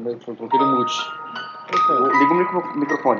Coloquei no mute. Liga o microfone.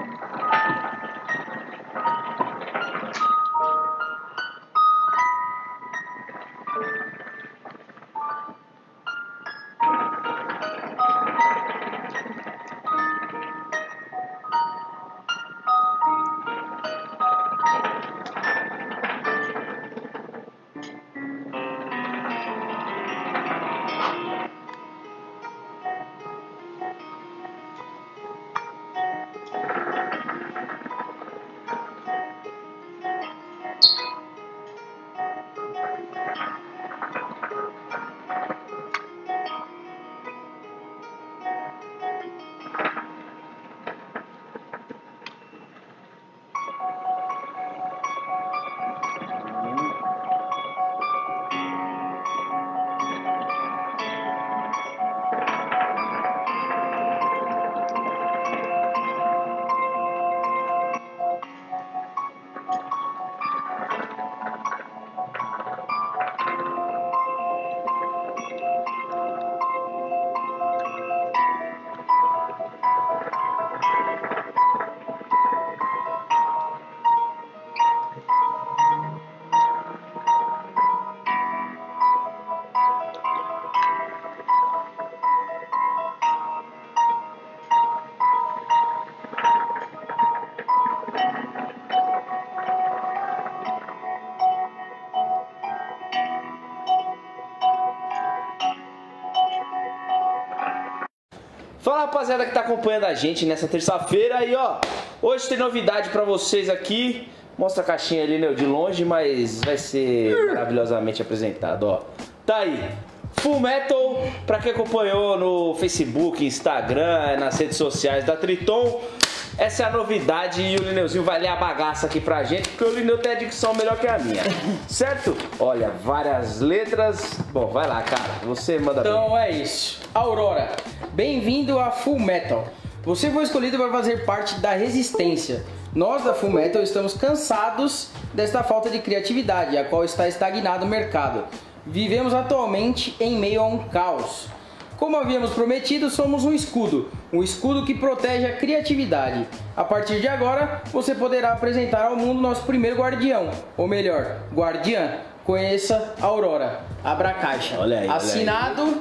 Fala, rapaziada que tá acompanhando a gente nessa terça-feira aí, ó. Hoje tem novidade pra vocês aqui. Mostra a caixinha ali, né, de longe, mas vai ser maravilhosamente apresentado, ó. Tá aí, Full Metal, pra quem acompanhou no Facebook, Instagram, nas redes sociais da Triton. Essa é a novidade e o Lineuzinho vai ler a bagaça aqui pra gente, porque o Lineu tem a dicção melhor que a minha, certo? Olha, várias letras. Bom, vai lá, cara, você manda bem. Então é isso. Aurora, bem-vindo a Full Metal. Você foi escolhido para fazer parte da resistência. Nós da Full Metal estamos cansados desta falta de criatividade, a qual está estagnado no mercado. Vivemos atualmente em meio a um caos. Como havíamos prometido, somos um escudo que protege a criatividade. A partir de agora, você poderá apresentar ao mundo nosso primeiro guardião, ou melhor, guardiã. Conheça a Aurora. Abra a caixa. Olha aí, assinado olha aí.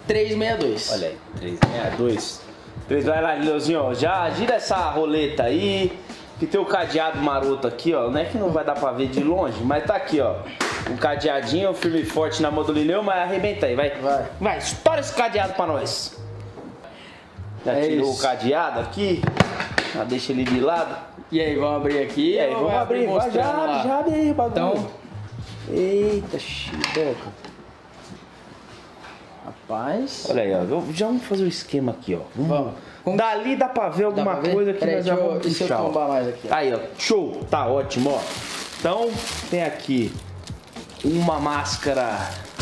362. Olha aí, 362. Vai lá, Lineuzinho, ó, já gira essa roleta aí, que tem o cadeado maroto aqui, ó. Não é que não vai dar pra ver de longe, mas tá aqui, ó. Um cadeadinho firme e forte na mão do Lineu, mas arrebenta aí, vai, estoura esse cadeado pra nós. Já tirou o cadeado aqui, já deixa ele de lado. E aí, vamos abrir aqui? E aí, vamos abrir, vai, já abre aí o bagulho. Então, eita, xiboca. Rapaz. Olha aí, ó, já vamos fazer o esquema aqui, ó. Vamos. Dali dá pra ver alguma coisa que nós já vamos puxar. Deixa eu tombar mais aqui. Ó. Aí, ó, show, tá ótimo, ó. Então, tem aqui uma máscara,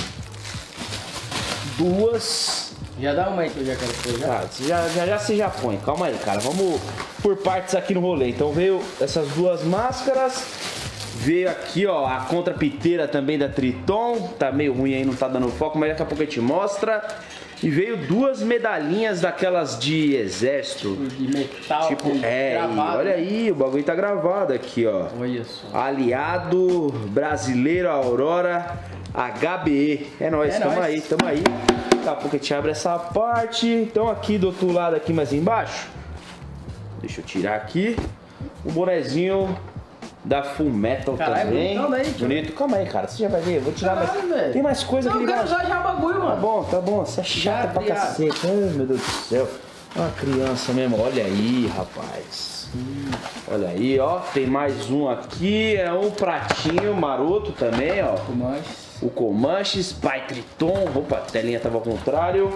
duas. Já dá uma aí que eu já quero pôr já. Você já põe, calma aí, cara. Vamos por partes aqui no rolê. Então veio essas duas máscaras. Veio aqui, ó, a contrapiteira também da Triton. Tá meio ruim aí, não tá dando foco, mas daqui a pouco a gente mostra. E veio duas medalhinhas daquelas de exército. De metal, tipo, gravado. Olha aí, o bagulho tá gravado aqui, ó. Olha só. Aliado Brasileiro Aurora HBE. É nóis, tamo aí. Daqui a pouco a gente abre essa parte. Então aqui do outro lado, aqui mais embaixo. Deixa eu tirar aqui. O bonezinho da Full Metal. Caralho, também. Bonito. Calma aí, cara. Você já vai ver. Eu vou tirar mais. Véio. Tem mais coisa aqui. Não, eu quero usar já o bagulho, mano. Tá bom. Você é chata pra cacete. Ai, meu Deus do céu. Uma criança mesmo. Olha aí, rapaz. Olha aí, ó. Tem mais um aqui. É um pratinho maroto também, ó. O Comanches by Triton. Opa, a telinha tava ao contrário.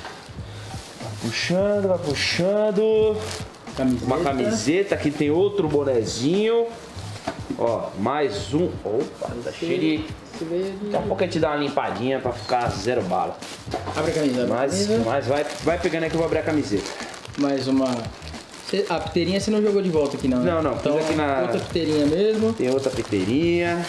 Vai puxando. Uma camiseta. Aqui tem outro bonezinho. Ó, mais um. Opa, tá cheio de. Daqui a pouco a gente dá uma limpadinha pra ficar zero bala. Abre a camisa. Mas vai pegando aí que eu vou abrir a camiseta. Mais uma. A piteirinha você não jogou de volta aqui, não? Né? Não. Então, aqui na... outra piteirinha mesmo. Tem outra piteirinha.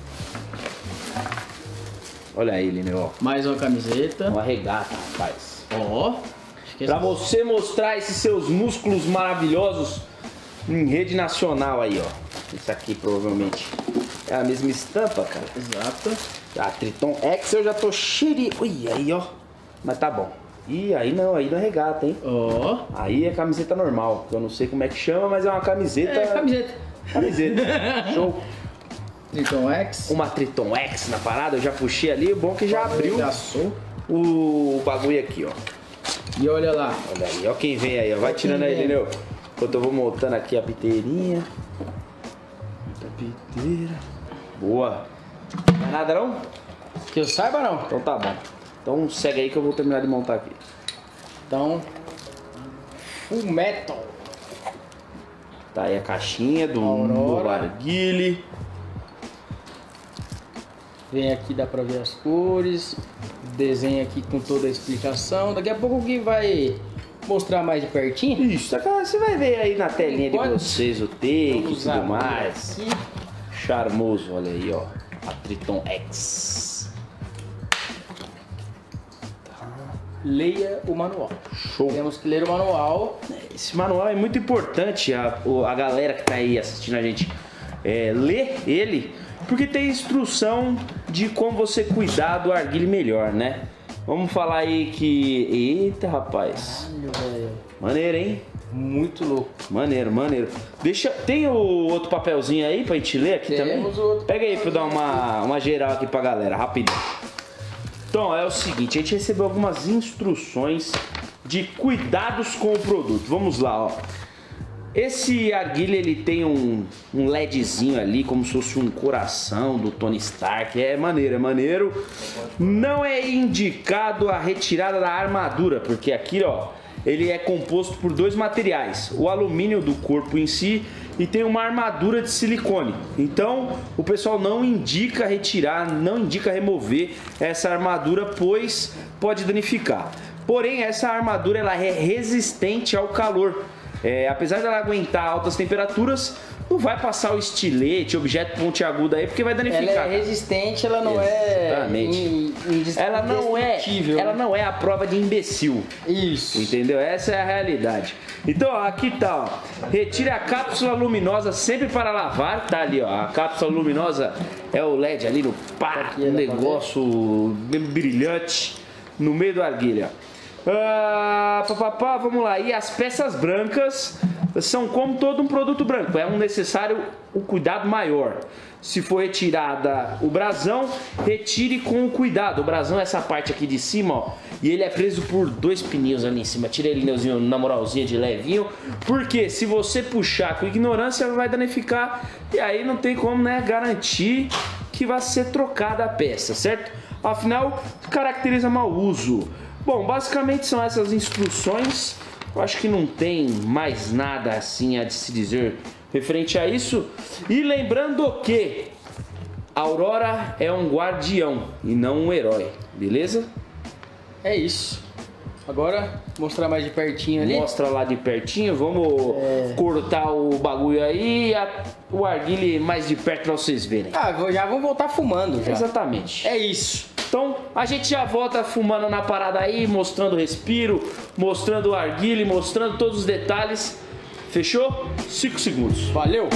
Olha aí, Lineu, ó. Mais uma camiseta. Uma regata, rapaz. Ó. Pra você mostrar esses seus músculos maravilhosos em rede nacional aí, ó. Isso aqui provavelmente é a mesma estampa, cara. Exato. A Triton X eu já tô cheio. Ui, aí, ó. Mas tá bom. Ih, aí não é regata, hein? Ó. Aí é camiseta normal, que eu não sei como é que chama, mas é uma camiseta. É, camiseta. Camiseta. Show. Triton X. Uma Triton X na parada, eu já puxei ali, o bom que já abriu o bagulho aqui, ó. E olha lá. Olha aí, ó quem vem aí, ó. Vai tirando aí, entendeu? Enquanto eu vou montando aqui a piteirinha. A piteira. Boa. Não é nada não? Que eu saiba não. Então tá bom. Então segue aí que eu vou terminar de montar aqui. Então, Full Metal. Tá aí a caixinha do arguile. Vem aqui, dá pra ver as cores. Desenho aqui com toda a explicação. Daqui a pouco o Gui vai mostrar mais de pertinho. Isso, você vai ver aí na telinha de vocês o take e tudo mais. Aqui. Charmoso, olha aí, ó. A Triton X. Leia o manual. Show. Temos que ler o manual. Esse manual é muito importante, a galera que tá aí assistindo a gente ler ele, porque tem instrução de como você cuidar do arguile melhor, né? Vamos falar aí que... Eita, rapaz. Caralho, velho. Maneiro, hein? Muito louco. Maneiro, maneiro. Tem o outro papelzinho aí pra gente ler aqui também? Temos o outro. Pega aí pra eu dar uma geral aqui pra galera, rapidinho. Então, é o seguinte, a gente recebeu algumas instruções de cuidados com o produto. Vamos lá, ó. Esse arguile, ele tem um LEDzinho ali, como se fosse um coração do Tony Stark. É maneiro, é maneiro. Não é indicado a retirada da armadura, porque aqui, ó, ele é composto por dois materiais. O alumínio do corpo em si e tem uma armadura de silicone. Então, o pessoal não indica retirar, não indica remover essa armadura, pois pode danificar. Porém, essa armadura ela é resistente ao calor. Apesar dela aguentar altas temperaturas, não vai passar o estilete, objeto pontiagudo aí, porque vai danificar. Ela é resistente, ela não ela não é a prova de imbecil. Isso. Entendeu? Essa é a realidade. Então, ó, aqui tá, ó. Retire a cápsula luminosa sempre para lavar. Tá ali, ó. A cápsula luminosa é o LED ali no pá, um negócio brilhante no meio do arguile, ó. Vamos lá. E as peças brancas são como todo um produto branco. É um necessário o cuidado maior. Se for retirada o brasão, retire com cuidado. O brasão é essa parte aqui de cima, ó. E ele é preso por dois pneus ali em cima. Tira ele na moralzinha de levinho. Porque se você puxar com ignorância, vai danificar. E aí não tem como, né, garantir que vai ser trocada a peça, certo? Afinal, caracteriza mau uso. Bom, basicamente são essas instruções. Eu acho que não tem mais nada assim a de se dizer referente a isso. E lembrando que a Aurora é um guardião e não um herói, beleza? É isso. Agora, mostrar mais de pertinho ali. Mostra lá de pertinho, vamos cortar o bagulho aí e o arguile mais de perto pra vocês verem. Já vamos voltar fumando já. Exatamente. É isso. Então, a gente já volta fumando na parada aí, mostrando o respiro, mostrando o arguile, mostrando todos os detalhes. Fechou? 5 segundos. Valeu!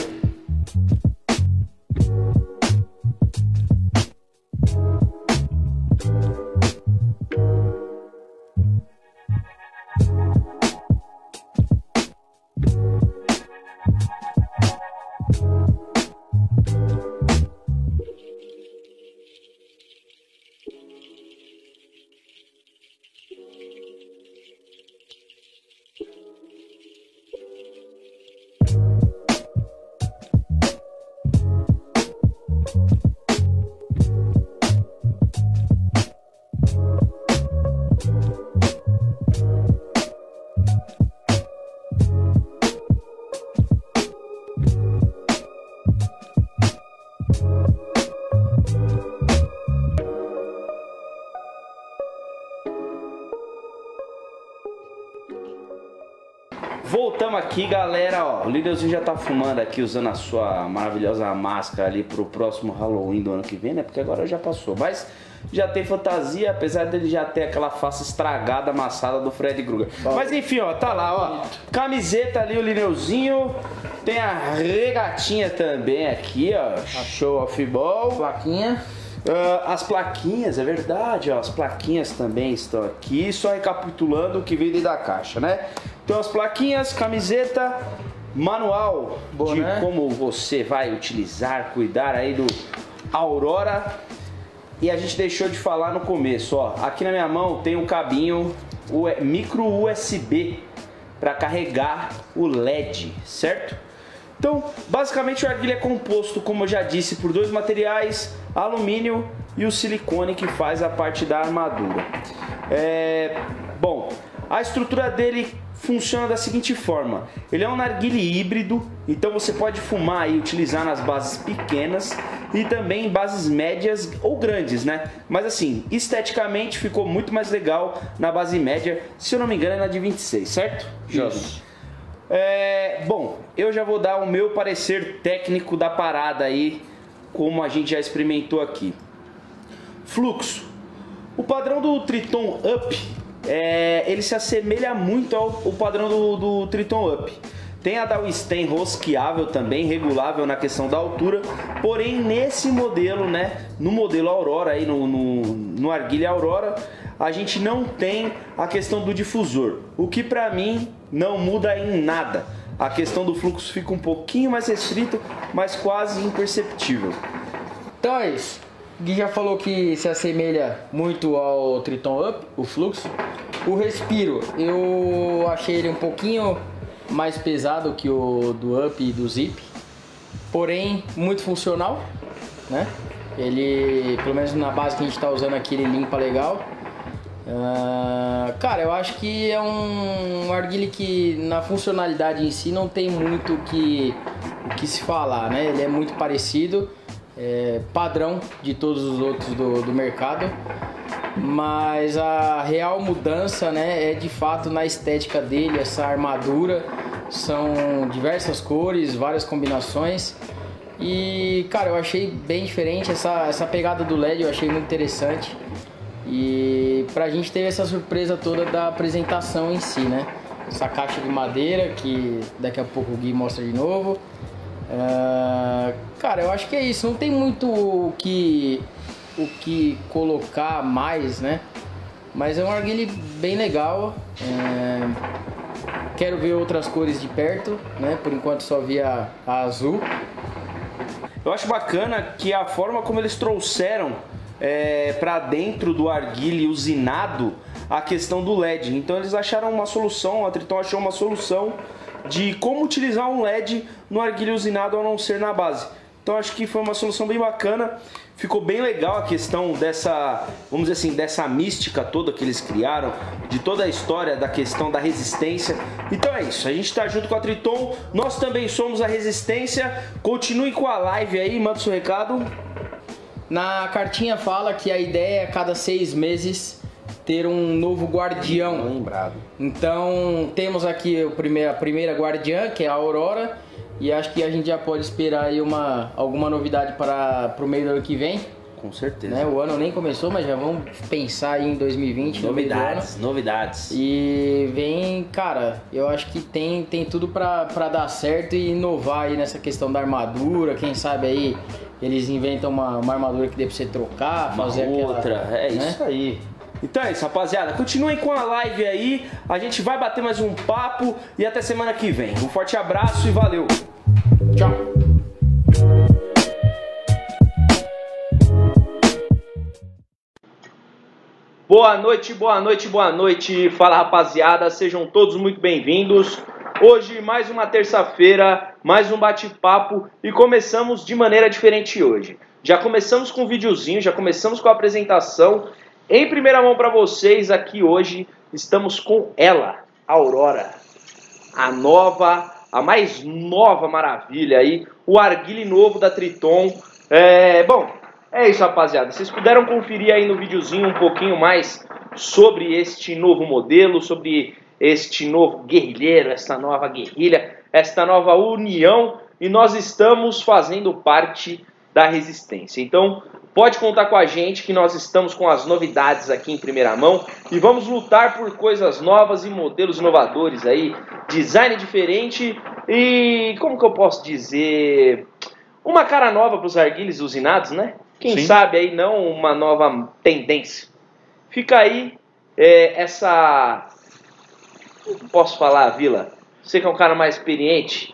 Voltamos aqui, galera, ó, o Lideuzinho já tá fumando aqui, usando a sua maravilhosa máscara ali pro próximo Halloween do ano que vem, né, porque agora já passou, mas já tem fantasia, apesar dele já ter aquela face estragada, amassada do Fred Krueger. Mas enfim, ó, tá lá, ó. Camiseta ali, o Lineuzinho. Tem a regatinha também aqui, ó. Show of ball. Plaquinha. As plaquinhas, é verdade, ó, as plaquinhas também estão aqui, só recapitulando o que veio dentro da caixa, né? Então as plaquinhas, camiseta, manual de como você vai utilizar, cuidar aí do Aurora. E a gente deixou de falar no começo, ó, aqui na minha mão tem um cabinho micro USB para carregar o LED, certo? Então, basicamente o arguilha é composto, como eu já disse, por dois materiais, alumínio e o silicone que faz a parte da armadura. Bom, a estrutura dele funciona da seguinte forma: ele é um narguilé híbrido, então você pode fumar e utilizar nas bases pequenas e também em bases médias ou grandes, né? Mas assim, esteticamente ficou muito mais legal na base média, se eu não me engano é na de 26, certo? Justo. Bom, eu já vou dar o meu parecer técnico da parada aí, como a gente já experimentou aqui. Fluxo. O padrão do Triton Up, ele se assemelha muito ao padrão do Triton Up. Tem a da Wisten rosqueável também, regulável na questão da altura, porém nesse modelo, né, no modelo Aurora, aí no arguilha Aurora, a gente não tem a questão do difusor, o que pra mim não muda em nada. A questão do fluxo fica um pouquinho mais restrita, mas quase imperceptível. Então é isso. O Gui já falou que se assemelha muito ao Triton Up, o fluxo. O respiro, eu achei ele um pouquinho mais pesado que o do Up e do Zip, porém muito funcional, né? Ele, pelo menos na base que a gente está usando aqui, ele limpa legal. Cara, eu acho que é um arguilha que na funcionalidade em si não tem muito o que se falar, né? Ele é muito parecido, padrão de todos os outros do mercado, mas a real mudança, né, é de fato na estética dele. Essa armadura são diversas cores, várias combinações. E cara, eu achei bem diferente essa pegada do LED, eu achei muito interessante. E pra gente teve essa surpresa toda da apresentação em si, né? Essa caixa de madeira que daqui a pouco o Gui mostra de novo. Cara, eu acho que é isso, não tem muito o que colocar mais, né? Mas é um arguilha bem legal. Quero ver outras cores de perto, né? Por enquanto só vi a azul. Eu acho bacana que a forma como eles trouxeram para dentro do arguilha usinado a questão do LED. Então eles acharam uma solução, a Triton achou uma solução de como utilizar um LED no arguilha usinado ao não ser na base. Então acho que foi uma solução bem bacana. Ficou bem legal a questão dessa, vamos dizer assim, dessa mística toda que eles criaram, de toda a história da questão da resistência. Então é isso, a gente tá junto com a Triton, nós também somos a Resistência. Continue com a live aí, manda o seu recado. Na cartinha fala que a ideia é a cada 6 meses ter um novo guardião. Lembrado. Então temos aqui a primeira guardiã, que é a Aurora. E acho que a gente já pode esperar aí alguma novidade para o meio do ano que vem. Com certeza. Né? O ano nem começou, mas já vamos pensar aí em 2020. Novidades. E vem, cara, eu acho que tem tudo para dar certo e inovar aí nessa questão da armadura. Quem sabe aí eles inventam uma armadura que dê pra você trocar, fazer outra. Né? Isso aí. Então é isso, rapaziada. Continuem com a live aí. A gente vai bater mais um papo e até semana que vem. Um forte abraço e valeu. Tchau. Boa noite. Fala, rapaziada. Sejam todos muito bem-vindos. Hoje, mais uma terça-feira, mais um bate-papo e começamos de maneira diferente hoje. Já começamos com um videozinho, já começamos com a apresentação. Em primeira mão para vocês aqui hoje, estamos com ela, Aurora. A mais nova maravilha aí, o arguilha novo da Triton. Bom, é isso, rapaziada. Vocês puderam conferir aí no videozinho um pouquinho mais sobre este novo modelo, sobre este novo guerrilheiro, esta nova guerrilha, esta nova união, e nós estamos fazendo parte da Resistência. Então, pode contar com a gente que nós estamos com as novidades aqui em primeira mão e vamos lutar por coisas novas e modelos inovadores aí, design diferente e, como que eu posso dizer, uma cara nova para os arguilhos usinados, né? Quem sabe aí não uma nova tendência. Fica aí essa... Não posso falar, Vila? Você que é um cara mais experiente.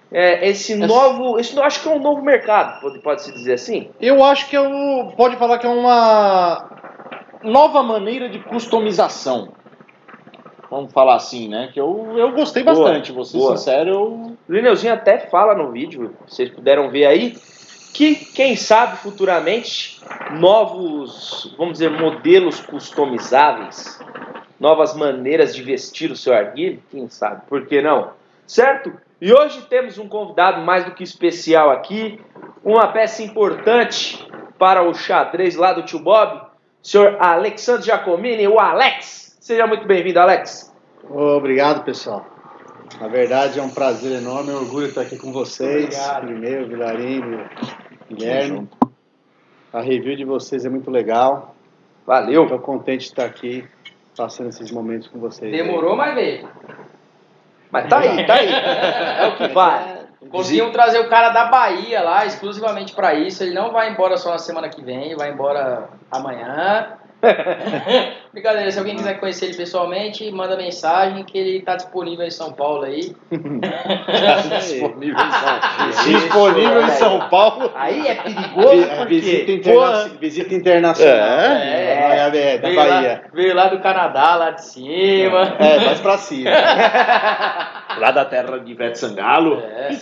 Acho que é um novo mercado, pode-se dizer assim? Eu acho que pode falar que é uma nova maneira de customização. Vamos falar assim, né? Que eu gostei bastante, vou ser sincero. O Lineuzinho até fala no vídeo, vocês puderam ver aí, que quem sabe futuramente novos, vamos dizer, modelos customizáveis, novas maneiras de vestir o seu arguilho, quem sabe, por que não? Certo? E hoje temos um convidado mais do que especial aqui, uma peça importante para o xadrez lá do Tio Bob, o senhor Alexandre Giacomini, o Alex. Seja muito bem-vindo, Alex. Obrigado, pessoal. Na verdade, é um prazer enorme, é um orgulho estar aqui com vocês. Obrigado. Primeiro, Vilarinho, Guilherme. A review de vocês é muito legal. Valeu. Estou contente de estar aqui, passando esses momentos com vocês. Demorou, mas veio. Mas tá aí. É o que vai. Conseguimos trazer o cara da Bahia lá, exclusivamente para isso. Ele não vai embora só na semana que vem, vai embora amanhã. Brincadeira, se alguém quiser conhecer ele pessoalmente, manda mensagem que ele tá disponível em São Paulo aí. Disponível em São Paulo. Aí é perigoso porque... Visita internacional. Da Bahia. Veio lá do Canadá, lá de cima. Mais pra cima. Lá da terra de Ivete Sangalo.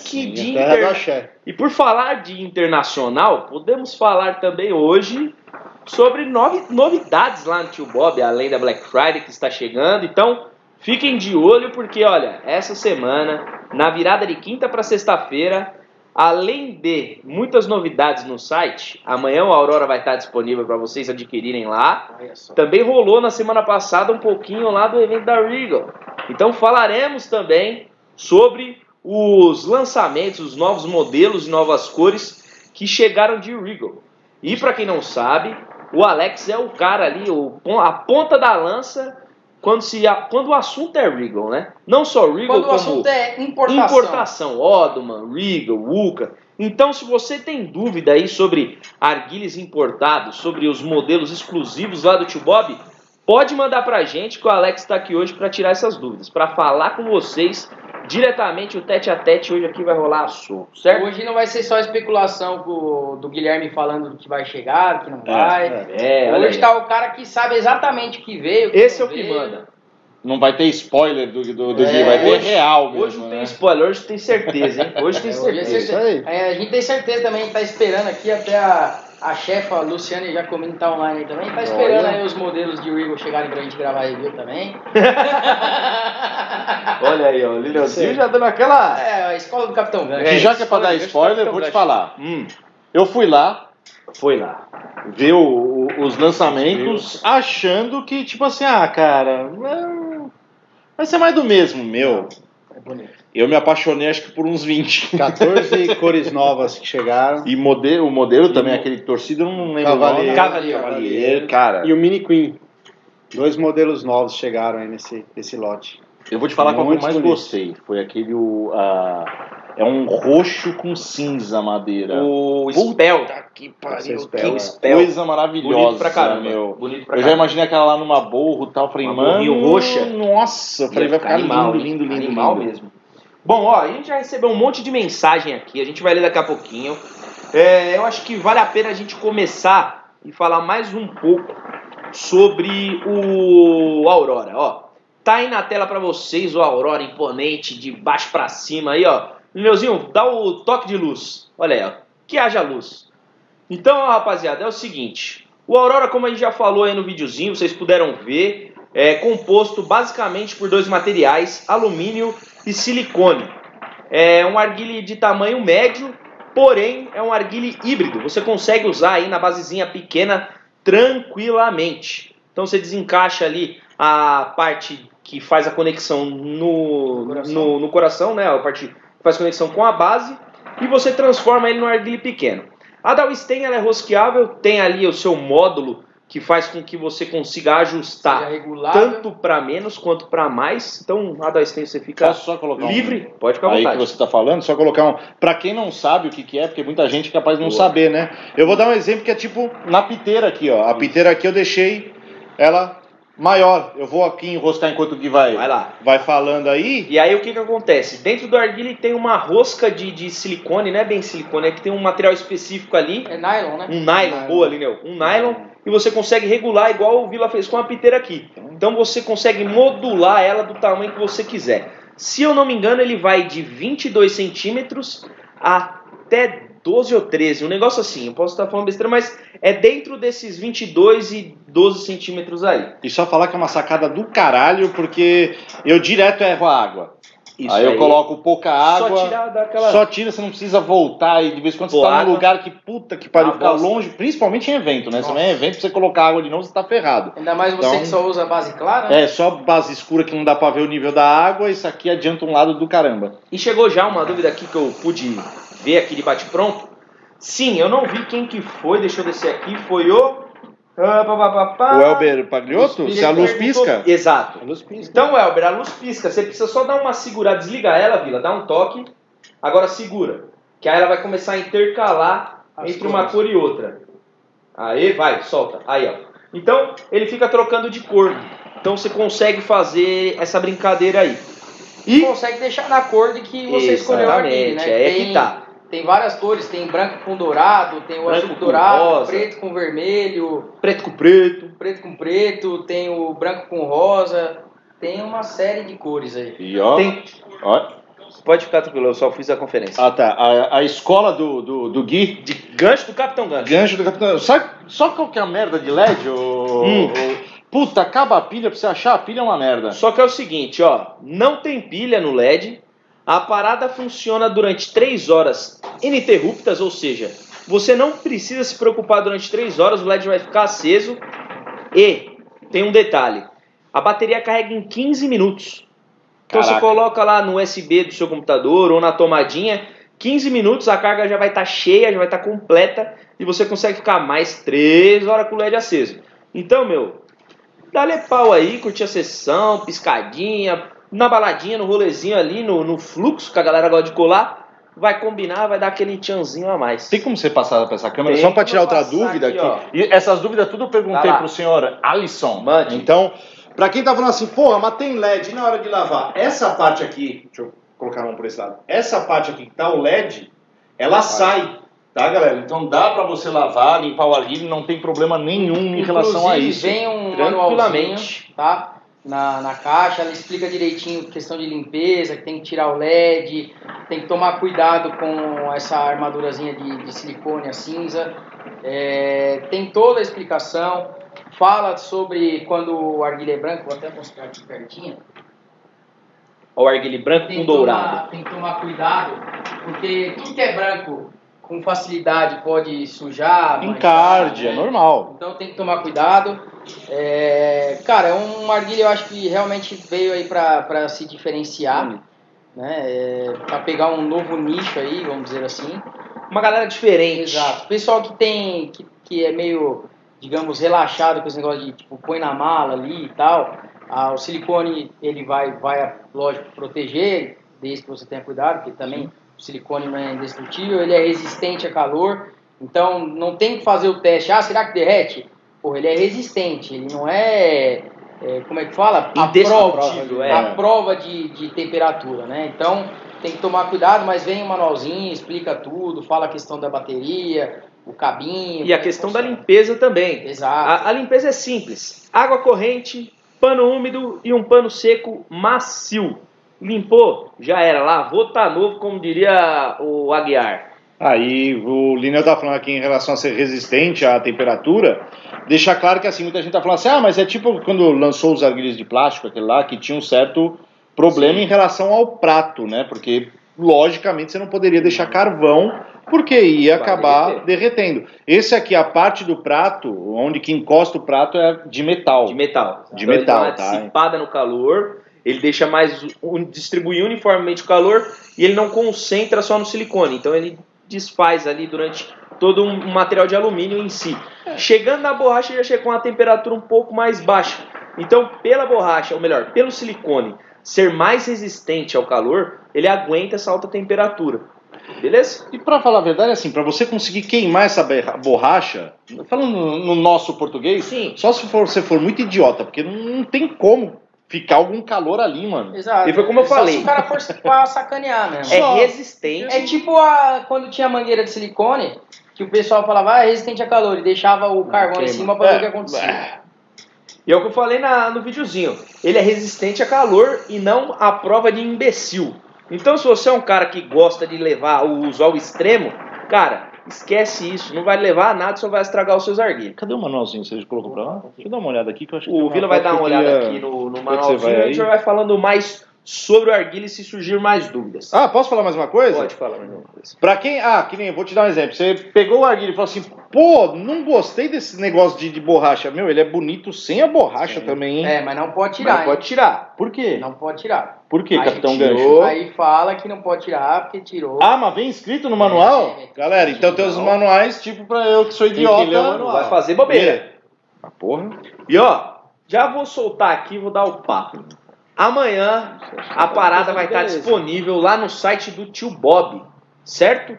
E por falar de internacional, podemos falar também hoje sobre novidades lá no Tio Bob, além da Black Friday que está chegando. Então, fiquem de olho porque, olha, essa semana, na virada de quinta para sexta-feira, além de muitas novidades no site, amanhã o Aurora vai estar disponível para vocês adquirirem lá. Também rolou na semana passada um pouquinho lá do evento da Regal. Então, falaremos também sobre os lançamentos, os novos modelos e novas cores que chegaram de Regal. E para quem não sabe, o Alex é o cara ali, a ponta da lança quando o assunto é Regal, né? Não só Regal, quando como o assunto é importação. Audman, Regal, Wuka. Então, se você tem dúvida aí sobre arguilhos importados, sobre os modelos exclusivos lá do Tio Bob, pode mandar pra gente que o Alex está aqui hoje para tirar essas dúvidas, para falar com vocês diretamente, o tete a tete hoje aqui vai rolar assunto, certo? Hoje não vai ser só especulação do Guilherme falando do que vai chegar, do que não vai. Hoje está o cara que sabe exatamente o que veio. Esse é o que manda. Não vai ter spoiler do que vai ter real mesmo. Hoje não tem spoiler, hoje tem certeza, hein? Hoje tem certeza. A gente tem certeza também, tá esperando aqui até a chefa Luciane Giacomini tá online aí também, tá esperando aí os modelos de Regal chegarem pra gente gravar review também. Olha aí, ó, o Lineuzinho já dando aquela... a escola do Capitão Gancho. Já que é pra dar spoiler, vou te falar. Eu fui lá ver os lançamentos achando que, tipo assim, cara, vai ser mais do mesmo, meu. É bonito. Eu me apaixonei acho que por uns 20. 14 cores novas que chegaram. E o modelo também, aquele torcido, eu não lembro. Cavalier, cara. E o Mini Queen. 2 modelos novos chegaram aí nesse lote. Eu vou te falar qual que eu mais gostei. Foi aquele... é um roxo com cinza madeira. O Spell. Que pariu. Spell. Coisa maravilhosa. Bonito pra caramba. Meu. Bonito pra eu já imaginei aquela lá numa borro e tal. Falei, mano... roxa. Nossa. Eu falei, vai ficar lindo. Animal mesmo. Bom, ó, a gente já recebeu um monte de mensagem aqui. A gente vai ler daqui a pouquinho. Eu acho que vale a pena a gente começar e falar mais um pouco sobre o Aurora, ó. Tá aí na tela pra vocês o Aurora imponente, de baixo pra cima aí, ó. Lineuzinho, dá o toque de luz. Olha aí, ó. Que haja luz. Então, ó, rapaziada, é o seguinte. O Aurora, como a gente já falou aí no videozinho, vocês puderam ver, é composto basicamente por 2 materiais, alumínio e silicone. É um arguile de tamanho médio, porém é um arguile híbrido. Você consegue usar aí na basezinha pequena tranquilamente. Então você desencaixa ali a parte que faz a conexão no coração, né? A parte que faz conexão com a base, e você transforma ele num arguile pequeno. A da Wisten, ela é rosqueável, tem ali o seu módulo que faz com que você consiga ajustar tanto para menos quanto para mais. Então, a da Wisten você fica só colocar livre, pode ficar à aí vontade. Que você está falando, só colocar para quem não sabe o que é, porque muita gente é capaz de não saber, né? Eu vou dar um exemplo que é tipo na piteira aqui, ó. A piteira aqui eu deixei ela maior. Eu vou aqui enroscar enquanto o Gui vai falando aí. E aí o que acontece? Dentro do arguile tem uma rosca de silicone, não é bem silicone, é que tem um material específico ali. É nylon, né? Um nylon, boa, Lineu. Um nylon, e você consegue regular igual o Vila fez com a piteira aqui. Então você consegue modular ela do tamanho que você quiser. Se eu não me engano, ele vai de 22 centímetros até 12 ou 13, um negócio assim. Eu posso estar falando besteira, mas é dentro desses 22 e 12 centímetros aí. E só falar que é uma sacada do caralho, porque eu direto erro a água. Isso aí eu coloco pouca água, só tira, você não precisa voltar e de vez em quando você tá num lugar que puta que pariu, ficar longe, principalmente em evento, né? Se não é evento, pra você colocar água de novo, você tá ferrado. Ainda mais você que só usa base clara, né? É, só base escura que não dá pra ver o nível da água, isso aqui adianta um lado do caramba. E chegou já uma dúvida aqui que eu pude ver aqui de bate-pronto. Sim, eu não vi quem que foi, deixa eu descer aqui, foi o Elber Pagliotto? Se a luz pisca? Exato. A luz pisca. Então, Elber, a luz pisca. Você precisa só dar uma segurada, desliga ela, Vila, dá um toque. Agora segura. Que aí ela vai começar a intercalar entre uma cor e outra. Aí, vai, solta. Aí, ó. Então, ele fica trocando de cor. Então, você consegue fazer essa brincadeira aí. E consegue deixar na cor de que você escolheu a arguile, né? É que tá. Tem várias cores, tem branco com dourado, tem o azul com dourado, rosa, preto com vermelho, preto com preto, preto com preto, tem o branco com rosa, tem uma série de cores aí. E ó, pode ficar tranquilo, eu só fiz a conferência. Ah tá, a escola do Gui, de gancho do Capitão Gancho. Gancho do Capitão. Sabe só qual que é a merda de LED? Puta, acaba a pilha, pra você achar a pilha é uma merda. Só que é o seguinte, ó, não tem pilha no LED. A parada funciona durante 3 horas ininterruptas, ou seja, você não precisa se preocupar durante 3 horas, o LED vai ficar aceso. E tem um detalhe, a bateria carrega em 15 minutos. Então você coloca lá no USB do seu computador ou na tomadinha, 15 minutos a carga já vai estar cheia, já vai estar completa e você consegue ficar mais 3 horas com o LED aceso. Então, dá-lhe pau aí, curtir a sessão, piscadinha, na baladinha, no rolezinho ali, no fluxo que a galera gosta de colar, vai combinar, vai dar aquele tchanzinho a mais. Tem como você passar para essa câmera? Só para tirar outra dúvida aqui. E essas dúvidas tudo eu perguntei pro senhor Alisson. Mande. Então, para quem tá falando assim, porra, mas tem LED, e na hora de lavar? Essa parte aqui, deixa eu colocar a mão por esse lado. Essa parte aqui que tá o LED, ela sai. Tá, galera? Então dá pra você lavar, limpar o arguile, não tem problema nenhum em relação a isso. Vem um manualzinho, tá? Na caixa, ela explica direitinho questão de limpeza, que tem que tirar o LED, tem que tomar cuidado com essa armadurazinha de silicone, a cinza. Tem toda a explicação. Fala sobre quando o arguile é branco, vou até mostrar aqui pertinho. O arguile branco com dourado. Tem que tomar cuidado, porque tudo que é branco com facilidade pode sujar, encarde, é normal. Então tem que tomar cuidado. Cara, é um arguile, eu acho que realmente veio aí para se diferenciar, né? Para pegar um novo nicho aí, vamos dizer assim. Uma galera diferente. Exato. Pessoal que é meio, digamos, relaxado com esse negócio de tipo, põe na mala ali e tal. O silicone, ele vai, lógico, proteger, desde que você tenha cuidado, porque também o silicone não é indestrutível, ele é resistente a calor, então não tem que fazer o teste. Será que derrete? Porra, ele é resistente, ele não como é que fala? A prova de temperatura, né? Então tem que tomar cuidado, mas vem um manualzinho, explica tudo, fala a questão da bateria, o cabinho. E a questão da limpeza também. Exato. A limpeza é simples, água corrente, pano úmido e um pano seco macio. Limpou, já era, lavou, tá novo, como diria o Aguiar. Aí o Lineu tá falando aqui em relação a ser resistente à temperatura, deixa claro que assim, muita gente tá falando assim, mas é tipo quando lançou os arguilhos de plástico, aquele lá, que tinha um certo problema em relação ao prato, né? Porque, logicamente, você não poderia deixar carvão, porque ia acabar derretendo. Esse aqui, a parte do prato, onde que encosta o prato é de metal. De metal. De metal, ele dá uma dissipada no calor. Ele deixa distribuir uniformemente o calor e ele não concentra só no silicone. Então ele desfaz ali durante todo um material de alumínio em si. Chegando na borracha já chega com uma temperatura um pouco mais baixa. Então, pela borracha, ou melhor, pelo silicone ser mais resistente ao calor, ele aguenta essa alta temperatura. Beleza? E pra falar a verdade, assim, pra você conseguir queimar essa borracha, falando no nosso português, Sim. só se você for muito idiota, porque não tem como ficar algum calor ali, mano. Exato. E foi como eu falei. Só se o cara for pra sacanear mesmo. É resistente. É tipo quando tinha mangueira de silicone, que o pessoal falava, é resistente a calor, e deixava o carvão em cima pra ver o que acontecia. E é o que eu falei no videozinho. Ele é resistente a calor e não à prova de imbecil. Então, se você é um cara que gosta de levar o uso ao extremo, cara, esquece isso. Não vai levar a nada, só vai estragar os seus arguilhos. Cadê o manualzinho que você colocou pra lá? Deixa eu dar uma olhada aqui, que eu acho que O Vila vai dar uma olhada aqui no manualzinho e a gente vai falando mais sobre o arguilho se surgir mais dúvidas. Ah, posso falar mais uma coisa? Pode falar mais uma coisa. Pra quem... que nem... Vou te dar um exemplo. Você pegou o arguilho e falou assim, pô, não gostei desse negócio de borracha. Meu, ele é bonito sem a borracha também, hein? É, mas não pode tirar. Não pode tirar. Por quê? Não pode tirar. Por quê, Aí Capitão tirou, Gancho? Aí fala que não pode tirar porque tirou. Ah, mas vem escrito no manual? Galera, então tem os manuais, tipo, pra eu que sou idiota. Não vai fazer bobeira. Ah, porra. E ó, já vou soltar aqui, vou dar o papo. Amanhã a parada vai estar disponível lá no site do Tio Bob, certo?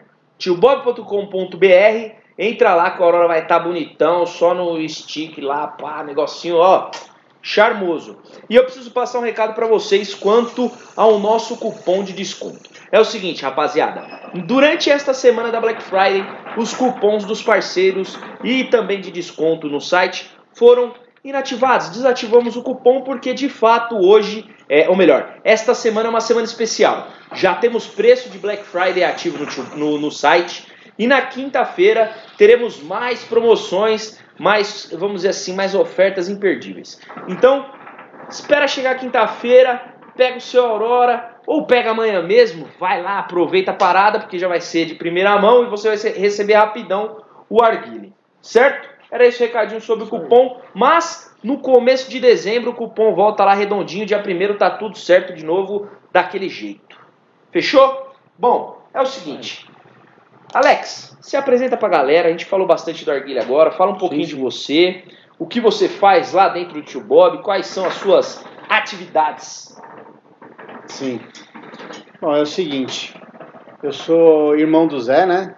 tiobob.com.br. Entra lá que a Aurora vai estar bonitão, só no stick lá, pá, negocinho, ó, charmoso. E eu preciso passar um recado para vocês quanto ao nosso cupom de desconto. É o seguinte, rapaziada, durante esta semana da Black Friday, os cupons dos parceiros e também de desconto no site foram inativados. Desativamos o cupom porque de fato hoje, ou melhor, esta semana é uma semana especial. Já temos preço de Black Friday ativo no site e na quinta-feira teremos mais promoções, mais, vamos dizer assim, mais ofertas imperdíveis. Então, espera chegar quinta-feira, pega o seu Aurora ou pega amanhã mesmo, vai lá, aproveita a parada porque já vai ser de primeira mão e você vai receber rapidão o arguile, certo? Era esse recadinho sobre o cupom, mas no começo de dezembro o cupom volta lá redondinho, dia 1º tá tudo certo de novo, daquele jeito. Fechou? Bom, é o seguinte, Alex, se apresenta pra galera, a gente falou bastante do arguilha agora, fala um pouquinho de você, o que você faz lá dentro do Tio Bob, quais são as suas atividades. Sim. Bom, é o seguinte, eu sou irmão do Zé, né?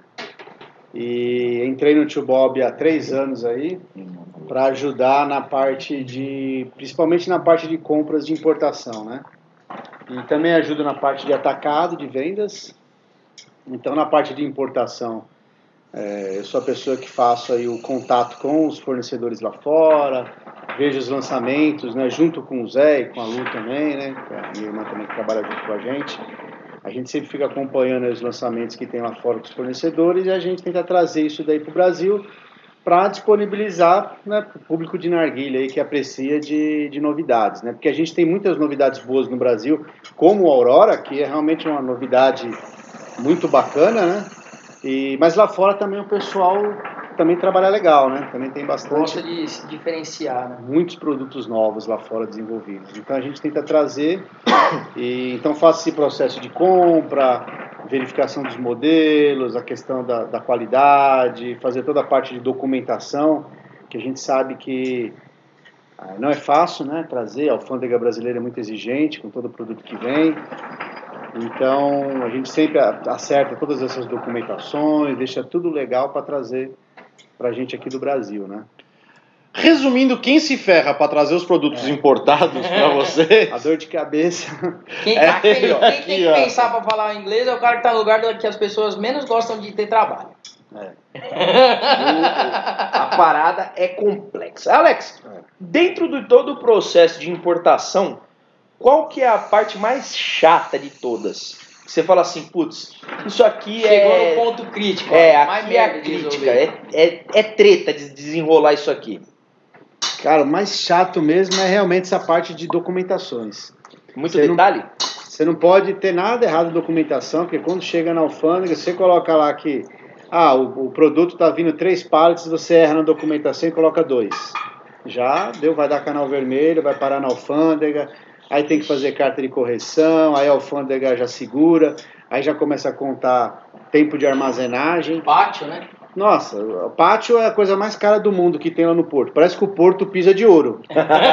E entrei no Tio Bob há 3 anos aí para ajudar na parte principalmente na parte de compras de importação, né? E também ajudo na parte de atacado, de vendas. Então, na parte de importação, eu sou a pessoa que faço aí o contato com os fornecedores lá fora, vejo os lançamentos, né? Junto com o Zé e com a Lu também, né? A minha irmã também que trabalha junto com a gente. A gente sempre fica acompanhando os lançamentos que tem lá fora com os fornecedores e a gente tenta trazer isso daí para o Brasil para disponibilizar, né, para o público de narguilha aí que aprecia de novidades, né? Porque a gente tem muitas novidades boas no Brasil, como o Aurora, que é realmente uma novidade muito bacana, né? Mas lá fora também o pessoal também trabalha legal, né? Também tem bastante... Gosta de se diferenciar, né? Muitos produtos novos lá fora desenvolvidos. Então a gente tenta trazer, então faço esse processo de compra, verificação dos modelos, a questão da qualidade, fazer toda a parte de documentação, que a gente sabe que não é fácil, né? Trazer, a alfândega brasileira é muito exigente com todo produto que vem. Então a gente sempre acerta todas essas documentações, deixa tudo legal para trazer pra gente aqui do Brasil, né? Resumindo, quem se ferra para trazer os produtos importados para você? A dor de cabeça. Quem tem que pensar para falar inglês é o cara que tá no lugar que as pessoas menos gostam de ter trabalho. A parada é complexa. Alex, dentro de todo o processo de importação, qual que é a parte mais chata de todas? Você fala assim, putz, isso aqui Chegou no ponto crítico. Aqui é a crítica, é treta de desenrolar isso aqui. Cara, o mais chato mesmo é realmente essa parte de documentações. Muito detalhe? Você não pode ter nada errado na documentação, porque quando chega na alfândega, você coloca lá que o produto está vindo 3 pallets, você erra na documentação e coloca 2. Já deu, vai dar canal vermelho, vai parar na alfândega, aí tem que fazer carta de correção, aí a alfândega já segura, aí já começa a contar tempo de armazenagem. Pátio, né? Nossa, o pátio é a coisa mais cara do mundo que tem lá no Porto. Parece que o Porto pisa de ouro.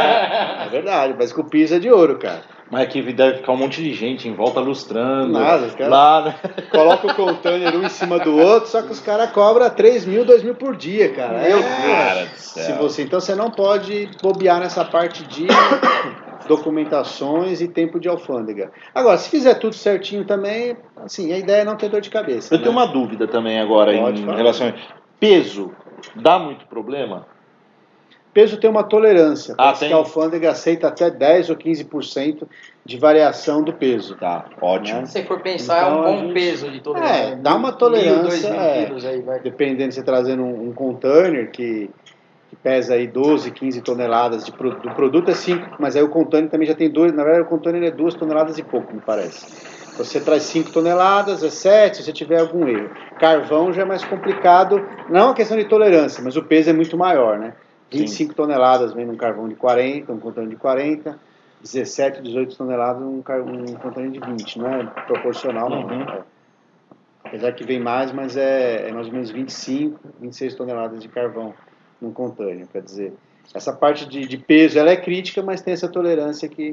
É verdade, parece que o piso é de ouro, cara. Mas aqui deve ficar um monte de gente em volta lustrando. Nada, os caras lá, né? colocam o container um em cima do outro, só que os caras cobram 3 mil, 2 mil por dia, cara. Meu Deus do céu. Então você não pode bobear nessa parte de documentações e tempo de alfândega. Agora, se fizer tudo certinho também, assim, a ideia é não ter dor de cabeça. Eu tenho uma dúvida também agora Pode em falar. relação a peso. Dá muito problema? Peso tem uma tolerância. Parece tem? que a alfândega aceita até 10 ou 15% de variação do peso. Tá, ótimo. Se você for pensar, Então, é um a bom gente- peso de tolerância. dá uma 1.000, tolerância, 2.000 quilos aí, vai. Dependendo de você trazendo um container que pesa aí 12, 15 toneladas do produto é 5, mas aí o container também já tem 2, na verdade o container é 2 toneladas e pouco, me parece. Você traz 5 toneladas, é 7, se você tiver algum erro. Carvão já é mais complicado, não é uma questão de tolerância, mas o peso é muito maior, né? 25 toneladas vem num carvão de 40, um container de 40, 17, 18 toneladas um container de 20, não é proporcional, não. Uhum. Apesar que vem mais, mas é mais ou menos 25, 26 toneladas de carvão num container, quer dizer, essa parte de peso ela é crítica, mas tem essa tolerância que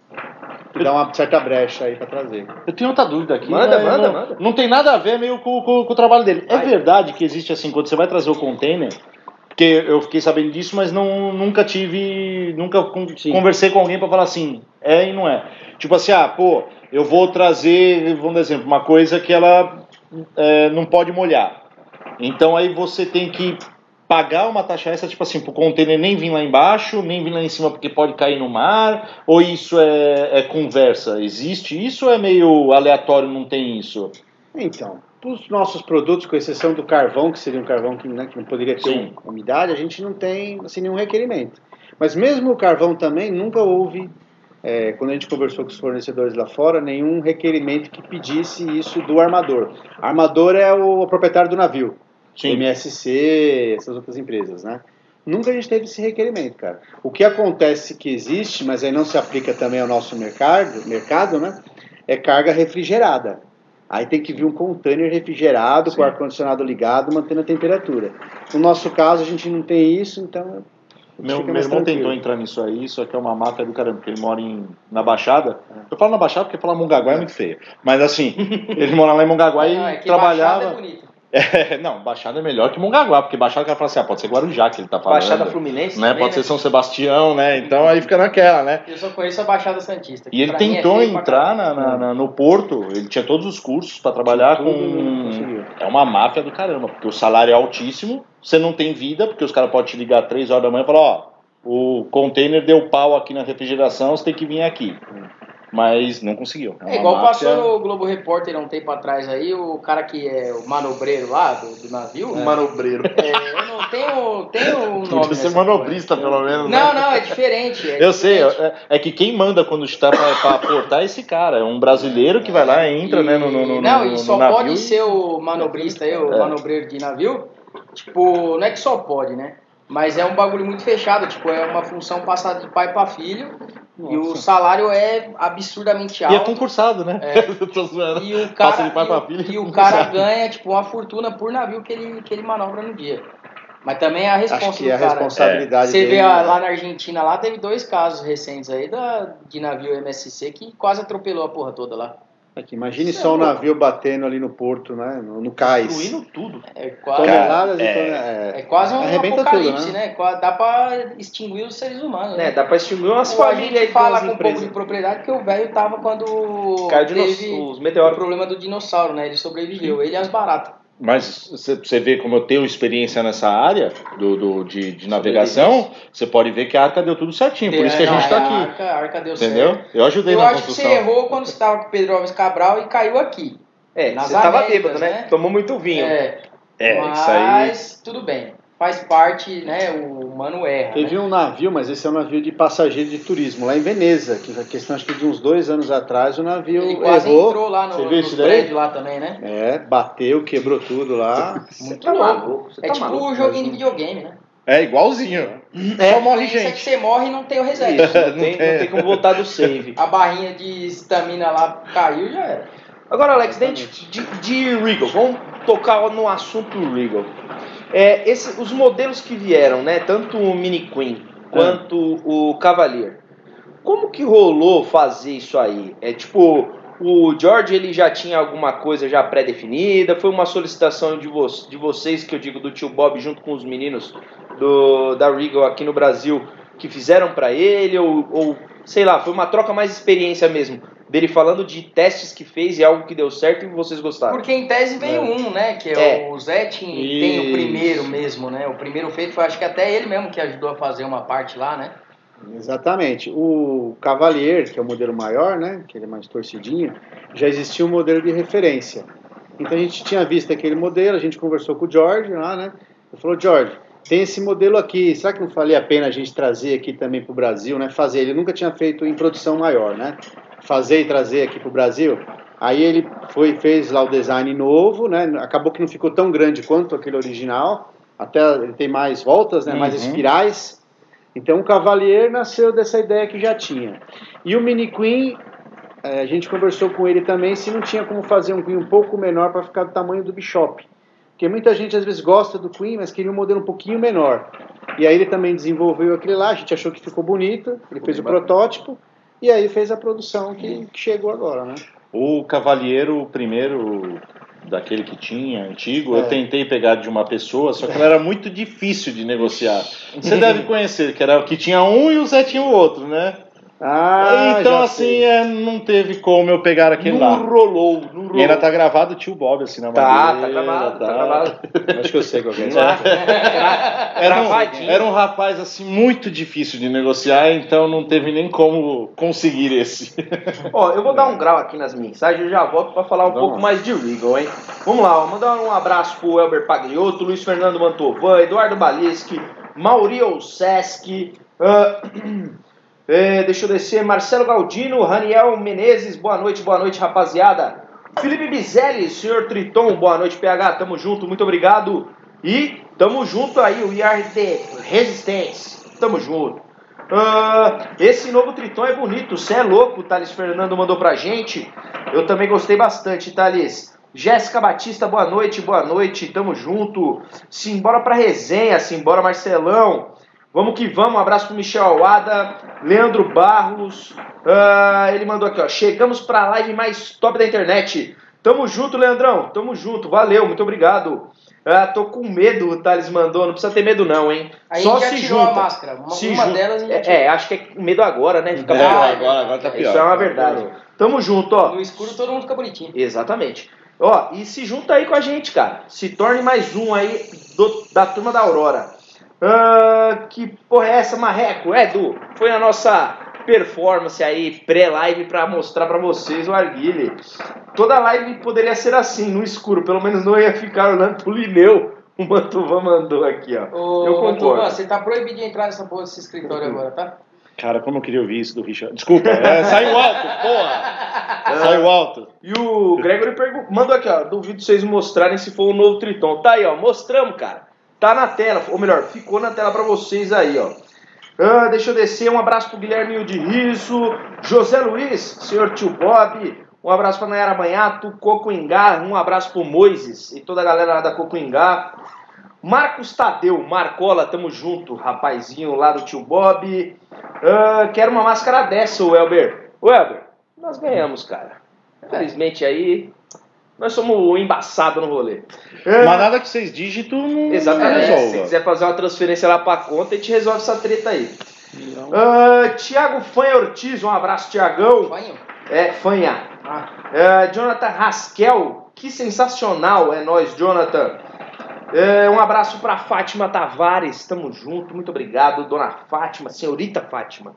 dá uma certa brecha aí para trazer. Eu tenho outra dúvida aqui. Manda, mas manda, não, manda. Não tem nada a ver meio com o trabalho dele. É Vai. verdade que existe assim, quando você vai trazer o container, porque eu fiquei sabendo disso, mas nunca conversei com alguém para falar assim, é e não é. Tipo assim, eu vou trazer, vamos dar exemplo, uma coisa que ela não pode molhar. Então aí você tem que pagar uma taxa extra, tipo assim, pro container nem vir lá embaixo, nem vir lá em cima porque pode cair no mar, ou isso é conversa? Existe isso ou é meio aleatório, não tem isso? Então, para os nossos produtos, com exceção do carvão, que seria um carvão que não poderia ter Sim. umidade, a gente não tem assim, nenhum requerimento. Mas mesmo o carvão também, nunca houve, quando a gente conversou com os fornecedores lá fora, nenhum requerimento que pedisse isso do armador. Armador é o proprietário do navio. Sim. MSC, essas outras empresas, né? Nunca a gente teve esse requerimento, cara. O que acontece que existe, mas aí não se aplica também ao nosso mercado, né? É carga refrigerada. Aí tem que vir um container refrigerado, com o ar-condicionado ligado, mantendo a temperatura. No nosso caso, a gente não tem isso, então... Meu irmão tentou entrar nisso aí, só que é uma máfia do caramba, porque ele mora na Baixada. Eu falo na Baixada porque falar Mongaguá é muito feio. Mas assim, ele mora lá em Mongaguá e que trabalhava... Baixada é bonito. Não, Baixada é melhor que Mongaguá, porque Baixada o cara fala assim, pode ser Guarujá que ele tá falando. Baixada Fluminense né? também, Pode ser né? São Sebastião, né? Então aí fica naquela, né? Eu só conheço a Baixada Santista. que E ele pra mim é tentou feio pra entrar caralho. no Porto, ele tinha todos os cursos para trabalhar Tinha tudo, não com... conseguiu. É uma máfia do caramba, porque o salário é altíssimo, você não tem vida, porque os caras podem te ligar 3 horas da manhã e falar, o container deu pau aqui na refrigeração, você tem que vir aqui. Mas não conseguiu. É igual passou no Globo Repórter há um tempo atrás aí, o cara que é o manobreiro lá do navio. Manobreiro. Eu não tenho um nome. Podia ser nessa manobrista, pelo menos. né? Não, é diferente. Eu sei, diferente. é que quem manda quando está para aportar é esse cara, é um brasileiro que vai lá e entra, né, e só navio pode ser o manobrista aí, o manobreiro de navio. Tipo, não é que só pode, né? Mas é um bagulho muito fechado, tipo, é uma função passada de pai para filho. Nossa. E o salário é absurdamente alto. E é concursado, né? Tô zoando. E o Passa cara, de pai pra filho, e o concursado. cara ganha tipo uma fortuna por navio que ele manobra no dia. Mas também é a Acho responsa que do é a cara. responsabilidade Você dele. vê lá na Argentina, lá teve 2 casos recentes aí de navio MSC que quase atropelou a porra toda lá. Imagine Isso só é um louco. navio batendo ali no porto, né? No cais. Destruindo tudo. É quase, Toneladas e é quase um arrebenta apocalipse, tudo, né? Dá pra extinguir os seres humanos. Né, dá pra extinguir umas A famílias gente aí fala das com um pouco empresas. de propriedade que o velho tava quando Caiu teve os o meteoros. problema do dinossauro, né? Ele sobreviveu, ele e as baratas. Mas você vê como eu tenho experiência nessa área de navegação, você pode ver que a Arca deu tudo certinho, por isso que a gente está aqui. A arca deu Entendeu? certo. Eu ajudei Eu na acho que construção. você errou quando você estava com o Pedro Alves Cabral e caiu aqui. Nas você tava Américas, bêbado, né? né? Tomou muito vinho. Isso aí. Mas tudo bem. Faz parte, né? O humano erra. Teve né? um navio, mas esse é um navio de passageiro de turismo, lá em Veneza, que a questão acho que de uns 2 anos atrás o navio Ele quase errou. entrou lá Você no viu isso daí? prédio lá também, né? Bateu, quebrou tudo lá. Muito tá louco. maluco, você É tá tipo maluco, um joguinho de videogame, né? É igualzinho. Só morre Isso é que gente. você morre e não tem o reset. Não tem como voltar do save. A barrinha de estamina lá caiu, já era. Agora, Alex, dentro de Regal, vamos tocar no assunto Regal. Os modelos que vieram, né? Tanto o Mini Queen quanto o Cavalier. Como que rolou fazer isso aí? Tipo, o George ele já tinha alguma coisa já pré-definida? Foi uma solicitação de vocês, que eu digo do tio Bob, junto com os meninos da Regal aqui no Brasil, que fizeram pra ele? Ou sei lá, foi uma troca mais de experiência mesmo? Dele falando de testes que fez e algo que deu certo e vocês gostaram? Porque em tese veio né? Que o Zé tem o primeiro mesmo, né? O primeiro feito foi, acho que até ele mesmo que ajudou a fazer uma parte lá, né? Exatamente. O Cavalier, que é o modelo maior, né? Que ele é mais torcidinho, já existia um modelo de referência. Então a gente tinha visto aquele modelo, a gente conversou com o George lá, né? Ele falou, George, tem esse modelo aqui, será que não valia a pena a gente trazer aqui também para o Brasil, né? Fazer, ele nunca tinha feito em produção maior, né? Fazer e trazer aqui para o Brasil. Aí ele fez lá o design novo, né? Acabou que não ficou tão grande quanto aquele original, até ele tem mais voltas, né? Mais espirais. Então o Cavalier nasceu dessa ideia que já tinha. E o Mini Queen, a gente conversou com ele também se não tinha como fazer um Queen um pouco menor para ficar do tamanho do Bishop. Porque muita gente às vezes gosta do Queen, mas queria um modelo um pouquinho menor. E aí ele também desenvolveu aquele lá, a gente achou que ficou bonito, ele fez o protótipo, e aí fez a produção que chegou agora, né? O Cavalheiro, o primeiro daquele que tinha, antigo, eu tentei pegar de uma pessoa, só que ela era muito difícil de negociar. Você deve conhecer, que era o que tinha um e o Zé tinha o outro, né? Então assim, não teve como eu pegar aquele lá. Não rolou. E ainda tá gravado o tio Bob assim na madeira. Tá gravado. Acho que eu sei qual é. Era um rapaz assim muito difícil de negociar, então não teve nem como conseguir esse. Ó, eu vou dar um grau aqui nas mensagens e já volto pra falar um pouco mais de Regal, hein? Vamos lá, ó, mandar um abraço pro Elber Pagliotto, Luiz Fernando Mantovan, Eduardo Baliski, Mauri Olseski, deixa eu descer, Marcelo Galdino, Raniel Menezes, boa noite, rapaziada. Felipe Bizelli, senhor Triton, boa noite, PH, tamo junto, muito obrigado. E tamo junto aí, o IRT Resistência, tamo junto. Esse novo Triton é bonito, cê é louco, o Thales Fernando mandou pra gente. Eu também gostei bastante, Thales. Jéssica Batista, boa noite, tamo junto. Simbora pra resenha, simbora Marcelão. Vamos que vamos, um abraço pro Michel Awada, Leandro Barros, ele mandou aqui, ó, chegamos pra live mais top da internet. Tamo junto, Leandrão, tamo junto, valeu, muito obrigado. Tô com medo, o Thales mandou, não precisa ter medo não, hein. Aí só já se tirou junta. a máscara, uma delas a gente acho que é medo agora, né, fica agora tá pior. Isso é uma verdade. Tamo junto, ó. No escuro todo mundo fica bonitinho. Exatamente. Ó, e se junta aí com a gente, cara, se torne mais um aí da turma da Aurora. Que porra é essa, Marreco? Edu, foi a nossa performance aí, pré-live, pra mostrar pra vocês o arguile. Toda live poderia ser assim, no escuro, pelo menos não ia ficar olhando pro Lineu. O Mantuvan mandou aqui, ó. Eu concordo. Mantuvan, você tá proibido de entrar nessa porra desse escritório agora, tá? Cara, como eu queria ouvir isso do Richard. Desculpa, saiu alto, porra! Saiu alto. E o Gregory mandou aqui, ó, duvido vocês mostrarem se for o novo Triton. Tá aí, ó, mostramos, cara. Tá na tela, ou melhor, ficou na tela pra vocês aí, ó. Deixa eu descer, um abraço pro Guilherme de Riso, José Luiz, senhor tio Bob, um abraço pra Nayara Manhato, Cocoingá, um abraço pro Moises e toda a galera lá da Cocoingá. Marcos Tadeu, Marcola, tamo junto, rapazinho lá do tio Bob. Quero uma máscara dessa, o Elber. O Elber, nós ganhamos, cara. Infelizmente aí... Nós somos embaçados no rolê. Mas nada que 6 dígitos não exatamente. resolva. Se quiser fazer uma transferência lá pra conta, a gente resolve essa treta aí. Tiago Fanha Ortiz, um abraço, Tiagão. Fanha. Jonathan Raskel, que sensacional, é nóis, Jonathan. Um abraço pra Fátima Tavares, tamo junto, muito obrigado, dona Fátima, senhorita Fátima.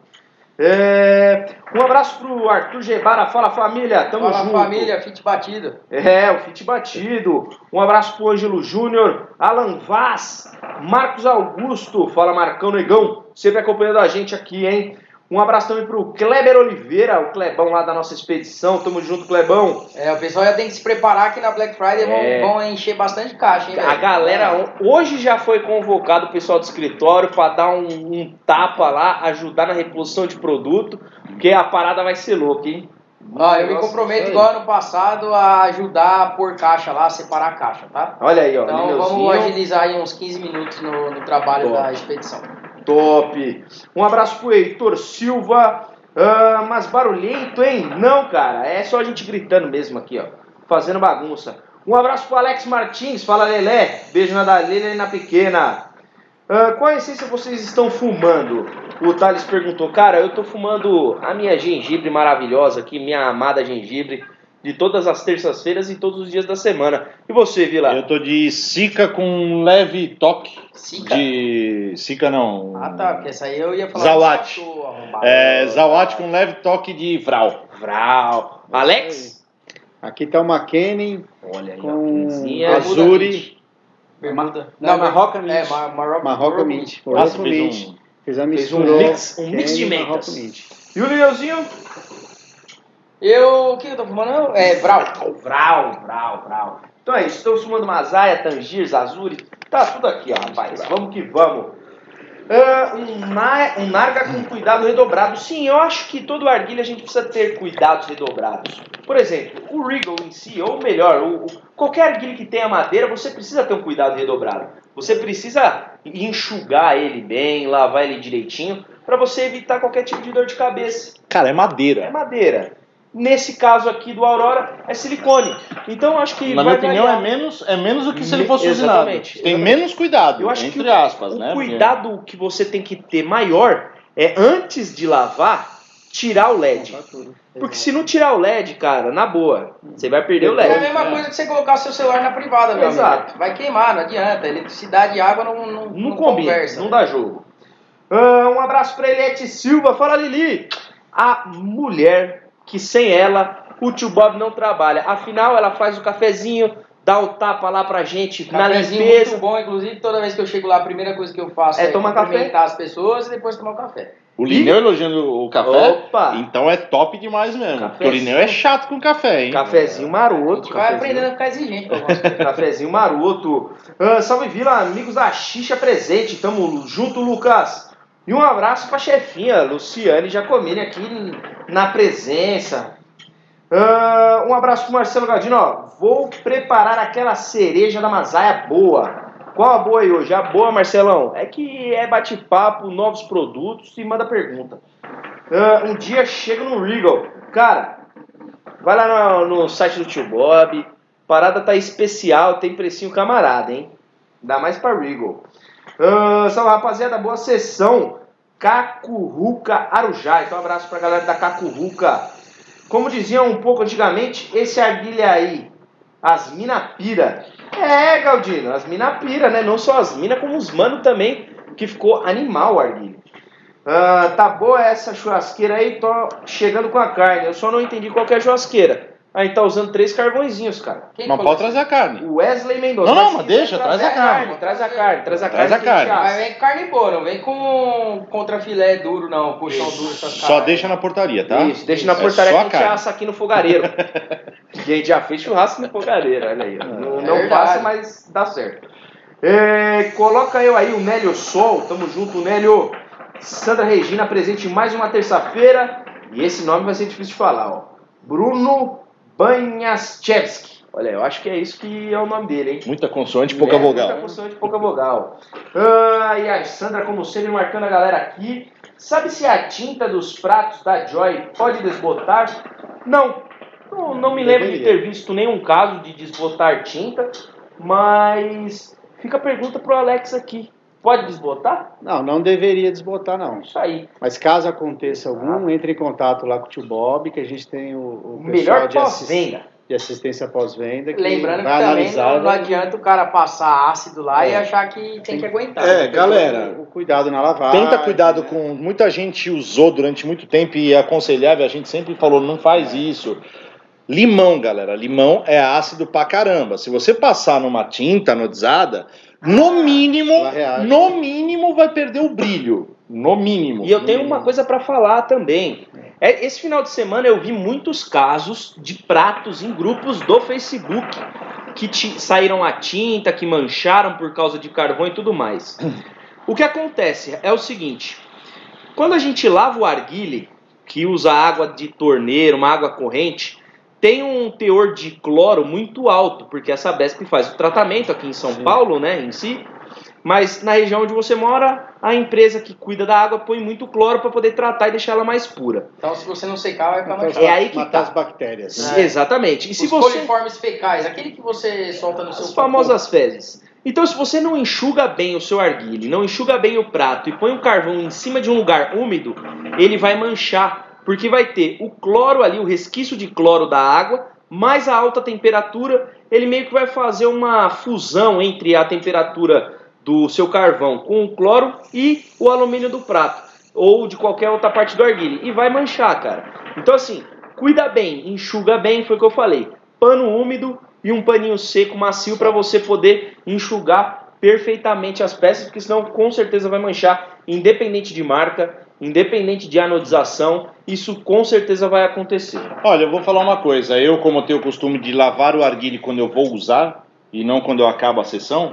Um abraço pro Arthur Gebara, fala família, tamo junto. Fala família, fit batido. O fit batido. Um abraço pro Ângelo Júnior, Alan Vaz, Marcos Augusto, fala Marcão Negão, sempre acompanhando a gente aqui, hein. Um abraço também pro Kleber Oliveira, o Clebão lá da nossa expedição, tamo junto, Clebão. O pessoal já tem que se preparar que na Black Friday vão encher bastante caixa, hein, a galera, hoje já foi convocado o pessoal do escritório para dar um tapa lá, ajudar na reposição de produto, porque a parada vai ser louca, hein? Eu me comprometo igual ano passado a ajudar a pôr caixa lá, a separar a caixa, tá? Olha aí, ó. Então vamos agilizar aí uns 15 minutos no trabalho da expedição. Top! Um abraço pro Heitor Silva. Mas barulhento, hein? Não, cara, é só a gente gritando mesmo aqui, ó. Fazendo bagunça. Um abraço pro Alex Martins. Fala, Lelé. Beijo na Dalila e na pequena. Qual essência vocês estão fumando? O Thales perguntou. Cara, eu tô fumando a minha gengibre maravilhosa aqui, minha amada gengibre, de todas as terças-feiras e todos os dias da semana. E você, Vila? Eu tô de Sica com leve toque. Sica? De Sica não. Tá, porque essa aí eu ia falar. Zawat. Zawat com leve toque de Vral. Alex? Aqui tá uma Kenny. Olha aí, com ó, Azuri. Bermuda. Marroca Mint. Marroca Mint. Nossa, Fez a um mistura. mix de mentas. Mint. E o Leozinho? O que eu tô fumando? Vral. Então é isso, estamos fumando Mazaia, Tangiers, Azuri. Tá tudo aqui, ó, rapaz. Vamos que vamos. Um Narga com cuidado redobrado. Sim, eu acho que todo arguilha a gente precisa ter cuidados redobrados. Por exemplo, o Regal em si, ou melhor, qualquer arguilha que tenha madeira, você precisa ter um cuidado redobrado. Você precisa enxugar ele bem, lavar ele direitinho, para você evitar qualquer tipo de dor de cabeça. Cara, é madeira. É madeira. Nesse caso aqui do Aurora, é silicone. Então, acho que na minha opinião, é menos do que se ele fosse usinado. Tem menos cuidado, eu acho entre que aspas, o né? cuidado que você tem que ter maior é, antes de lavar, tirar o LED. Porque se não tirar o LED, cara, na boa, você vai perder o LED. É a mesma coisa que você colocar seu celular na privada, meu amigo. Exato. Vai queimar, não adianta. Eletricidade e água não combina, conversa. não dá jogo. Um abraço pra Eliette Silva. Fala, Lili. A mulher que sem ela o tio Bob não trabalha. Afinal, ela faz o cafezinho, dá o tapa lá pra gente na limpeza. Muito bom, inclusive, toda vez que eu chego lá, a primeira coisa que eu faço é tomar cumprimentar as pessoas e depois tomar o café. O Lineu elogiando o café? Opa! Então é top demais mesmo. Porque o Lineu é chato com café, hein? Cafezinho maroto. A gente vai aprendendo a ficar exigente. Cafezinho maroto. Salve Vila, amigos da Xixa presente. Tamo junto, Lucas. E um abraço pra chefinha, Luciane Giacomini, aqui na presença. Um abraço pro Marcelo Galdino. Ó, vou preparar aquela cereja da Mazaia boa. Qual a boa aí hoje? A boa, Marcelão, é que é bate-papo, novos produtos e manda pergunta. Um dia chega no Regal. Cara, vai lá no site do tio Bob. Parada tá especial, tem precinho camarada, hein? Dá mais pra Regal. Salve, rapaziada, boa sessão. Cacuruca Arujá. Então um abraço pra galera da Cacuruca. Como diziam um pouco antigamente, esse arguilha aí, as mina pira. Galdino, as mina pira, né? Não só as mina, como os mano também, que ficou animal o arguilha. Tá boa essa churrasqueira aí, tô chegando com a carne. Eu só não entendi qual que é a churrasqueira. Aí tá usando 3 carvõezinhos, cara. Mas pode trazer a carne. O Wesley Mendonça. Não, mas deixa, traz a carne. Traz a carne. Traz a carne. Mas vem com carne boa, não vem com contrafilé duro, não. Colchão duro, essas só deixa na portaria, tá? Isso, deixa na portaria que a gente assa aqui no fogareiro. Que a gente já fez churrasco no fogareiro, olha aí. Não passa, mas dá certo. Coloca eu aí, o Nélio Sol. Tamo junto, Nélio. Sandra Regina presente em mais uma terça-feira. E esse nome vai ser difícil de falar, ó. Bruno Banhaschewski. Olha, eu acho que é isso que é o nome dele, hein? Muita consoante, pouca vogal. Muita consoante, pouca vogal. E a Sandra, como sempre, marcando a galera aqui. Sabe se a tinta dos pratos da Joy pode desbotar? Não me lembro de ter visto nenhum caso de desbotar tinta, mas fica a pergunta pro Alex aqui. Pode desbotar? Não deveria desbotar, não. Isso aí. Mas caso aconteça algum, entre em contato lá com o tio Bob, que a gente tem o melhor pós-venda. De assistência pós-venda. Lembrando que vai também analisar, não adianta o cara passar ácido lá e achar que tem que aguentar. Galera, o cuidado na lavagem. Tenta cuidado com... Muita gente usou durante muito tempo e é aconselhável, a gente sempre falou, não faz isso. Limão, galera. Limão é ácido pra caramba. Se você passar numa tinta anodizada, no mínimo vai perder o brilho. No mínimo. E eu tenho uma coisa pra falar também. Esse final de semana eu vi muitos casos de pratos em grupos do Facebook que saíram a tinta, que mancharam por causa de carvão e tudo mais. O que acontece é o seguinte. Quando a gente lava o arguile, que usa água de torneira, uma água corrente, tem um teor de cloro muito alto, porque a Sabesp faz o tratamento aqui em São Paulo, né, em si, mas na região onde você mora, a empresa que cuida da água põe muito cloro para poder tratar e deixar ela mais pura. Então, se você não secar, vai ficar mais É aí que matar tá. as bactérias. Né? Exatamente. E Os se você... coliformes fecais, aquele que você solta no seu As famosas fezes. Então, se você não enxuga bem o seu arguile, não enxuga bem o prato e põe o carvão em cima de um lugar úmido, ele vai manchar, porque vai ter o cloro ali, o resquício de cloro da água, mais a alta temperatura, ele meio que vai fazer uma fusão entre a temperatura do seu carvão com o cloro e o alumínio do prato, ou de qualquer outra parte do arguile, e vai manchar, cara. Então, assim, cuida bem, enxuga bem, foi o que eu falei. Pano úmido e um paninho seco, macio, para você poder enxugar perfeitamente as peças, porque senão com certeza vai manchar, independente de marca, independente de anodização, isso com certeza vai acontecer. Olha, eu vou falar uma coisa, eu como tenho o costume de lavar o arguile quando eu vou usar, e não quando eu acabo a sessão,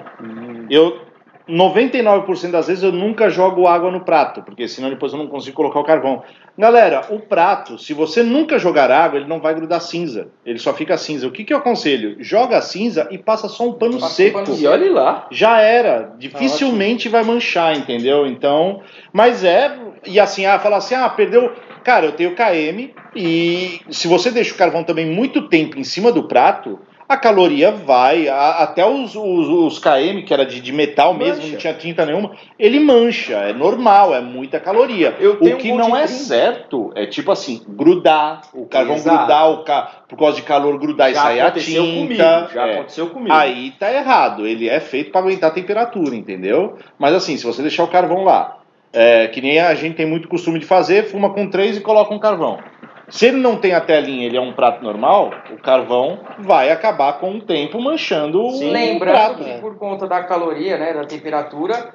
99% das vezes eu nunca jogo água no prato, porque senão depois eu não consigo colocar o carvão. Galera, o prato, se você nunca jogar água, ele não vai grudar cinza, ele só fica cinza. O que eu aconselho? Joga a cinza e passa só um pano seco. E olhe lá. Já era, dificilmente vai manchar, entendeu? Então, mas e assim, falar assim, perdeu... Cara, eu tenho KM e se você deixa o carvão também muito tempo em cima do prato, a caloria vai, até os KM, que era de metal mesmo, não tinha tinta nenhuma, ele mancha, é normal, é muita caloria. O que não é certo é tipo assim, grudar, o carvão grudar, por causa de calor grudar e sair a tinta. Já aconteceu comigo. Aí tá errado, ele é feito para aguentar a temperatura, entendeu? Mas assim, se você deixar o carvão lá, que nem a gente tem muito costume de fazer, fuma com 3 e coloca um carvão. Se ele não tem a telinha, ele é um prato normal, o carvão vai acabar com o tempo manchando o prato. Lembrando que por conta da caloria, né, da temperatura,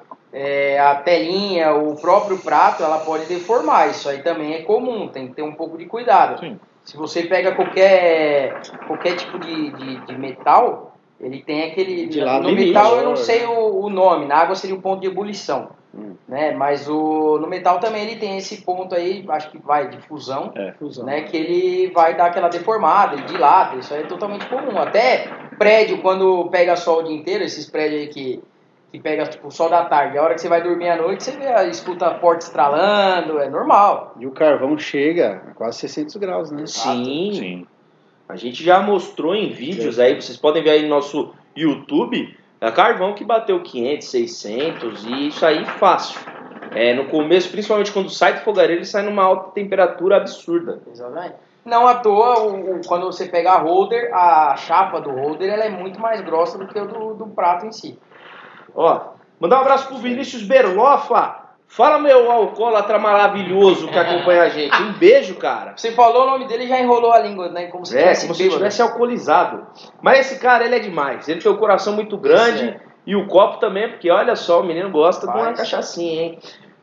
a telinha, o próprio prato, ela pode deformar. Isso aí também é comum, tem que ter um pouco de cuidado. Sim. Se você pega qualquer tipo de metal, ele tem aquele... No metal eu não sei o nome, na água seria o ponto de ebulição. Né? Mas no metal também ele tem esse ponto aí, acho que vai de fusão, né? Que ele vai dar aquela deformada, ele dilata, isso aí é totalmente comum. Até prédio, quando pega sol o dia inteiro, esses prédios aí que pega tipo, sol da tarde, a hora que você vai dormir à noite, você escuta a porta estralando, é normal. E o carvão chega a quase 600 graus, né? Sim. A gente já mostrou em vídeos aí, vocês podem ver aí no nosso YouTube, carvão que bateu 500, 600 e isso aí fácil. No começo, principalmente quando sai do fogareiro, ele sai numa alta temperatura absurda. Exatamente. Não à toa, quando você pega a holder, a chapa do holder ela é muito mais grossa do que o do prato em si. Ó, mandar um abraço pro Vinícius Berlofa. Fala, meu alcoólatra maravilhoso que acompanha a gente. Um beijo, cara. Você falou o nome dele e já enrolou a língua, né? Como se estivesse alcoolizado. Mas esse cara, ele é demais. Ele tem um coração muito grande e o copo também, porque olha só, o menino gosta de uma cachaçinha, hein?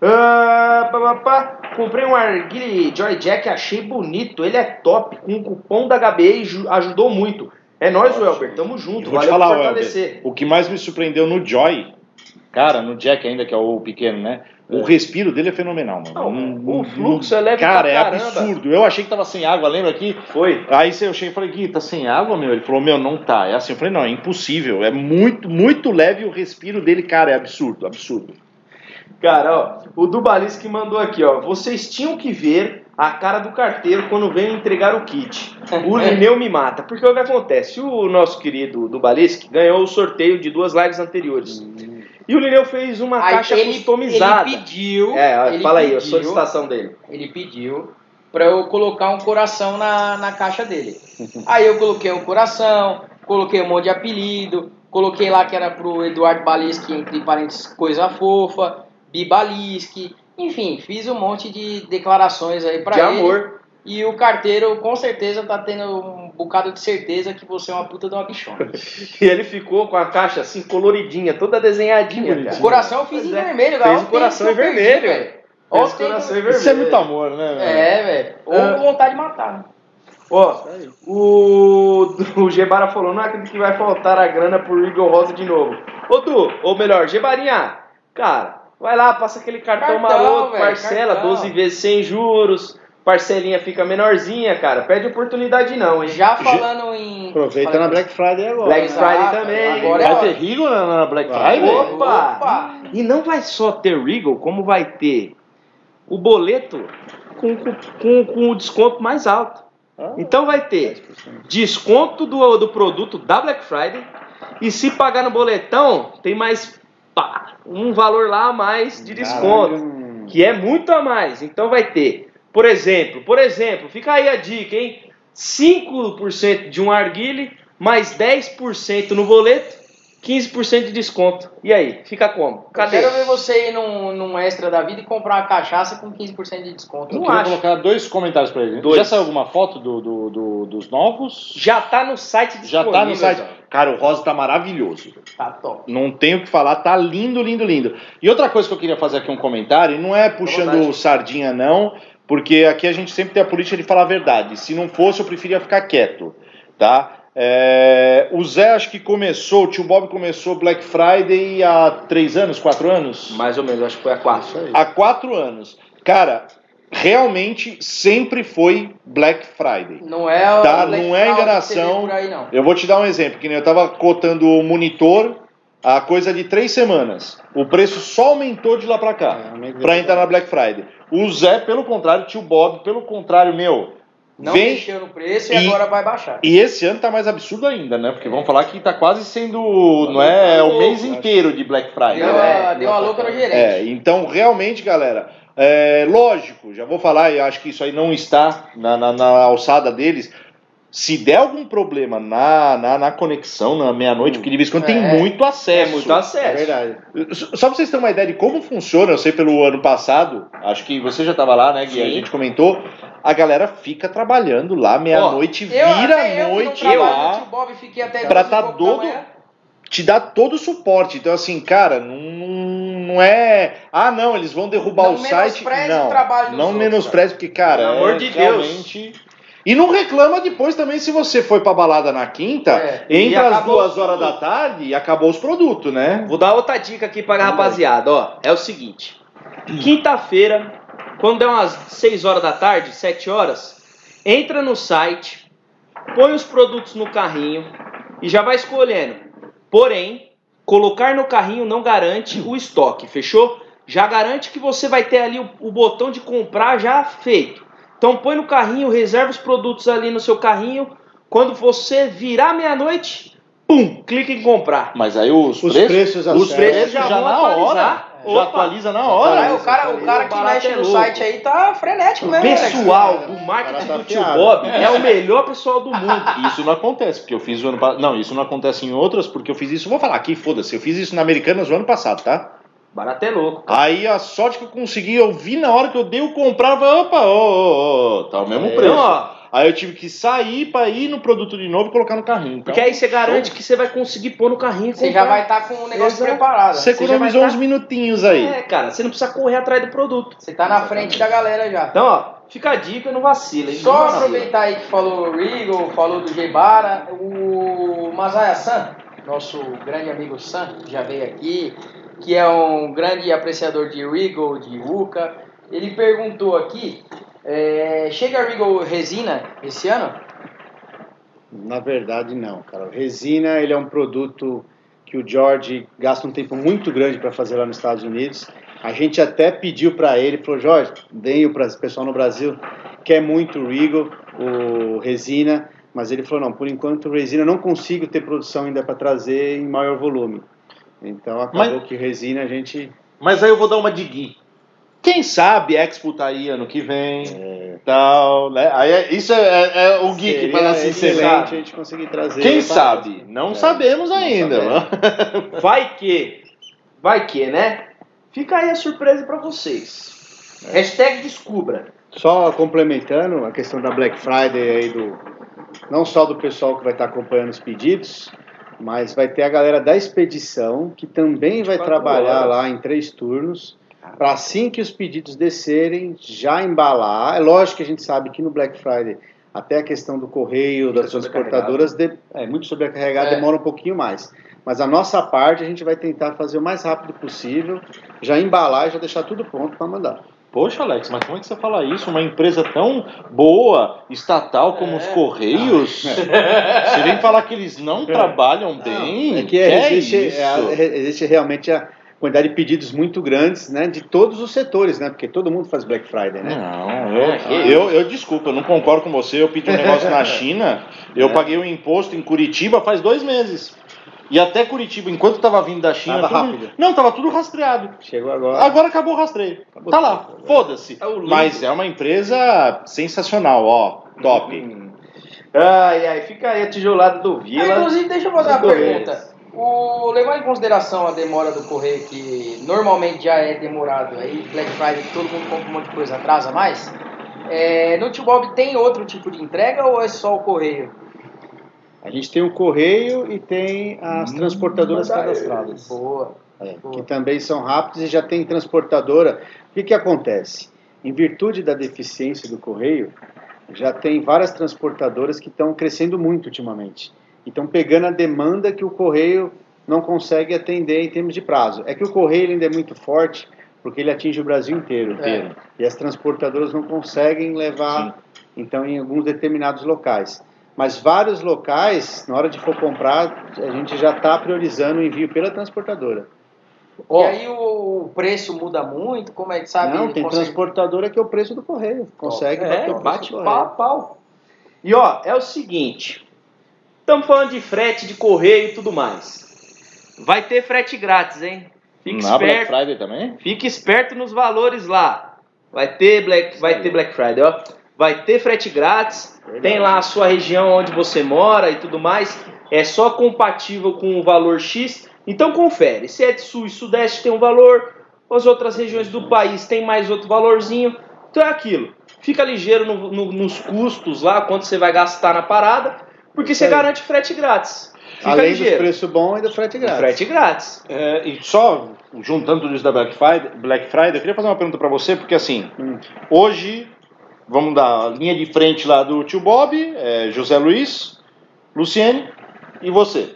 Comprei um arguile Joy Jack, achei bonito. Ele é top. Com o cupom da HBE ajudou muito. É nóis, Welber. Tamo junto. Vou te falar, Welber, o que mais me surpreendeu no Joy, cara, no Jack ainda, que é o pequeno, né? O respiro dele é fenomenal, mano. O fluxo é leve cara, pra caramba. É absurdo. Eu achei que tava sem água, lembra aqui? Foi. Aí eu cheguei e falei, Gui, tá sem água, meu? Ele falou, meu, não tá. É assim, eu falei, não, é impossível. É muito, muito leve o respiro dele, cara, é absurdo, absurdo. Cara, ó, o Dubalisque mandou aqui, ó. Vocês tinham que ver a cara do carteiro quando veio entregar o kit. O Lineu me mata. Porque o que acontece? O nosso querido Dubalisque ganhou o sorteio de 2 lives anteriores. E o Lineu fez uma caixa customizada. Ele pediu... fala aí, a solicitação dele. Ele pediu pra eu colocar um coração na caixa dele. Aí eu coloquei um coração, coloquei um monte de apelido, coloquei lá que era pro Eduardo Balisque, entre parênteses, coisa fofa, Bibalisque, enfim, fiz um monte de declarações aí pra ele. De amor. E o carteiro, com certeza, tá tendo um bocado de certeza que você é uma puta de uma bichona. E ele ficou com a caixa assim, coloridinha, toda desenhadinha, cara. O coração eu fiz em vermelho, galera. Fez o coração em vermelho, velho. Isso é muito amor, né, velho? Velho. Ou com vontade de matar, né? Ó, o Gebara falou, não acredito que vai faltar a grana pro Eagle Rosa de novo. Ou melhor, Gebarinha, cara, vai lá, passa aquele cartão maroto, parcela, 12 vezes sem juros, parcelinha fica menorzinha, cara. Perde oportunidade não, hein? Já falando em... Aproveita na Black Friday agora. Black Friday também. Agora Vai ter Regal na Black Friday? Opa! E não vai só ter Regal, como vai ter o boleto com o desconto mais alto. Então vai ter desconto do produto da Black Friday e se pagar no boletão, tem mais um valor lá a mais de desconto, que é muito a mais. Então vai ter, por exemplo, fica aí a dica, hein? 5% de um arguile, mais 10% no boleto, 15% de desconto. E aí, fica como? Cadê? Eu quero ver você ir num extra da vida e comprar uma cachaça com 15% de desconto. Eu queria colocar 2 comentários pra ele. Já saiu alguma foto dos novos? Já tá no site disponível. Já tá no site. Cara, o rosa tá maravilhoso. Tá top. Não tenho o que falar, tá lindo, lindo, lindo. E outra coisa que eu queria fazer aqui um comentário, e não é puxando sardinha não, porque aqui a gente sempre tem a política de falar a verdade. Se não fosse, eu preferia ficar quieto, tá? O Zé acho que começou, o tio Bob começou Black Friday há 3 anos, 4 anos? Mais ou menos, acho que foi há 4. Há 4 anos. Cara, realmente sempre foi Black Friday. Não é, tá? Não é enganação. Por aí, não. Eu vou te dar um exemplo, que nem eu tava cotando o monitor há coisa de 3 semanas. O preço só aumentou de lá pra cá, pra entrar na Black Friday. O Zé, pelo contrário, tio Bob, pelo contrário, não mexeu no preço e agora vai baixar. E esse ano tá mais absurdo ainda, né? Porque vamos falar que tá quase sendo, não é, o mês inteiro de Black Friday. Deu uma louca no gerente. Então realmente, galera, lógico, já vou falar, e acho que isso aí não está na alçada deles. Se der algum problema na conexão, na meia-noite, porque de vez em quando tem muito acesso. É verdade. Só pra vocês terem uma ideia de como funciona, eu sei pelo ano passado, acho que você já tava lá, né, Gui? A gente comentou. A galera fica trabalhando lá, meia-noite, vira a noite lá, pra te dar todo o suporte. Então, assim, cara, não é... Ah, não, eles vão derrubar o site. Não menospreze, porque, cara, pelo amor de realmente... E não reclama depois também se você foi pra balada na quinta, entra às 2 horas da tarde e acabou os produtos, né? Vou dar outra dica aqui pra rapaziada, ó. É o seguinte, quinta-feira... Quando der umas 6 horas da tarde, 7 horas, entra no site, põe os produtos no carrinho e já vai escolhendo. Porém, colocar no carrinho não garante o estoque, fechou? Já garante que você vai ter ali o botão de comprar já feito. Então põe no carrinho, reserva os produtos ali no seu carrinho. Quando você virar meia-noite, pum, clica em comprar. Mas aí os preços já vão na hora. Já atualiza na hora. O cara que mexe no site aí tá frenético mesmo. O pessoal do marketing do tio Bob é o melhor pessoal do mundo. Isso não acontece, porque eu fiz o ano passado. Não, isso não acontece em outras, porque eu fiz isso. Vou falar aqui, foda-se. Eu fiz isso na Americanas o ano passado, tá? Barato é louco. Aí a sorte que eu consegui, eu vi na hora que eu dei o comprar, opa, tá o mesmo preço. Então, aí eu tive que sair pra ir no produto de novo e colocar no carrinho. Então, porque aí você garante que você vai conseguir pôr no carrinho e você já vai estar com o negócio preparado. Você economizou uns minutinhos aí. Cara, você não precisa correr atrás do produto. Você tá na frente da galera já. Então, ó, fica a dica, não vacila. Só aproveitar aí que falou o Regal, falou do J-Bara, o Masaya-san, nosso grande amigo San, que já veio aqui, que é um grande apreciador de Regal, de Uka, ele perguntou aqui, chega a Regal resina esse ano? Na verdade não, cara. O resina, ele é um produto que o George gasta um tempo muito grande para fazer lá nos Estados Unidos. A gente até pediu para ele, falou, Jorge, dei o pessoal no Brasil, quer muito o Regal, o resina, mas ele falou, não, por enquanto o resina eu não consigo ter produção ainda para trazer em maior volume. Então acabou que resina a gente... Mas aí eu vou dar uma de Gui. Quem sabe Expo tá aí ano que vem, tal, né? Aí isso é o Gui que fala assim, excelente a gente conseguir trazer. Quem sabe? Não sabemos ainda. Não Vai que, né? Fica aí a surpresa pra vocês. Hashtag descubra. Só complementando a questão da Black Friday aí não só do pessoal que vai estar acompanhando os pedidos, mas vai ter a galera da expedição que também vai trabalhar lá em 3 turnos. Para assim que os pedidos descerem, já embalar. É lógico que a gente sabe que no Black Friday, até a questão do correio, das transportadoras, muito sobrecarregado, demora um pouquinho mais. Mas a nossa parte, a gente vai tentar fazer o mais rápido possível, já embalar e já deixar tudo pronto para mandar. Poxa, Alex, mas como é que você fala isso? Uma empresa tão boa, estatal como os Correios, você vem falar que eles não trabalham bem? É que existe realmente a quantidade de pedidos muito grandes, né, de todos os setores, né, porque todo mundo faz Black Friday, né? Não, desculpa, eu não concordo com você. Eu pedi um negócio na China, eu paguei um imposto em Curitiba faz 2 meses. E até Curitiba, enquanto estava vindo da China... Tava rápido. Não, tava tudo rastreado. Chegou agora. Agora acabou o rastreio. Tá lá, foda-se. Mas é uma empresa sensacional, ó, top. Ai, fica aí a tijolada do Vila. Inclusive, deixa eu fazer uma pergunta. Levando em consideração a demora do correio, que normalmente já é demorado, aí Black Friday todo mundo compra um monte de coisa, atrasa mais, no Tio Bob tem outro tipo de entrega ou é só o correio? A gente tem o correio e tem as transportadoras cadastradas. Boa. Que também são rápidas e já tem transportadora. O que acontece? Em virtude da deficiência do correio, já tem várias transportadoras que estão crescendo muito ultimamente. E estão pegando a demanda que o correio não consegue atender em termos de prazo. É que o correio ainda é muito forte, porque ele atinge o Brasil inteiro. E as transportadoras não conseguem levar, então, em alguns determinados locais. Mas vários locais, na hora de for comprar, a gente já está priorizando o envio pela transportadora. E aí o preço muda muito? Como é que sabe? Não, tem transportadora que é o preço do correio. Consegue bater o preço bate do correio. pau a pau. E é o seguinte, estamos falando de frete, de correio e tudo mais. Vai ter frete grátis, hein? Fique esperto. Black Friday também? Fique esperto nos valores lá. Vai ter Black Friday, ó. Vai ter frete grátis. Tem lá a sua região onde você mora e tudo mais. É só compatível com o valor X. Então confere. Se é de sul e sudeste tem um valor. As outras regiões do país tem mais outro valorzinho. Então é aquilo. Fica ligeiro nos custos lá, quanto você vai gastar na parada. Porque você garante frete grátis. Fica Além ligeiro. do preço bom e do frete grátis. Frete grátis. E só juntando tudo isso da Black Friday, eu queria fazer uma pergunta para você, porque assim, hoje, vamos dar a linha de frente lá do tio Bob, José Luiz, Luciene e você.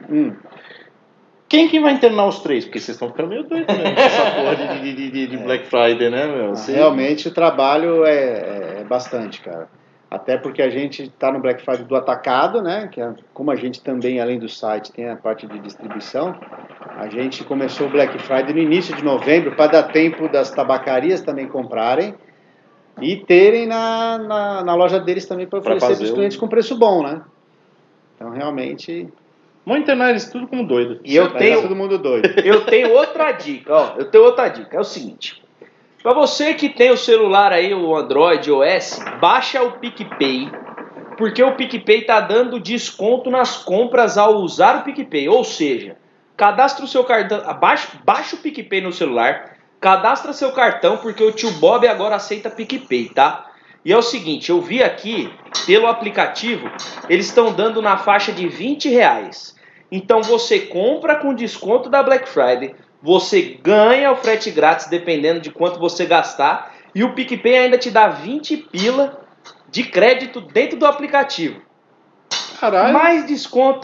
Quem vai internar os três? Porque vocês estão ficando meio doidos, né? Essa porra de Black Friday, né, meu? Realmente o trabalho é bastante, cara. Até porque a gente está no Black Friday do atacado, né? Que como a gente também, além do site, tem a parte de distribuição, a gente começou o Black Friday no início de novembro para dar tempo das tabacarias também comprarem e terem na loja deles também para oferecer para os clientes com preço bom, né? Então, realmente... Vamos internar eles tudo como doido. E eu tenho... todo mundo doido. Eu tenho outra dica, É o seguinte... Para você que tem o celular aí, o Android OS, baixa o PicPay, porque o PicPay tá dando desconto nas compras ao usar o PicPay. Ou seja, cadastra o seu cartão, baixa o PicPay no celular, cadastra seu cartão, porque o tio Bob agora aceita PicPay, tá? E é o seguinte, eu vi aqui, pelo aplicativo, eles estão dando na faixa de R$20. Então você compra com desconto da Black Friday, você ganha o frete grátis dependendo de quanto você gastar. E o PicPay ainda te dá 20 pila de crédito dentro do aplicativo. Caralho. Mais desconto,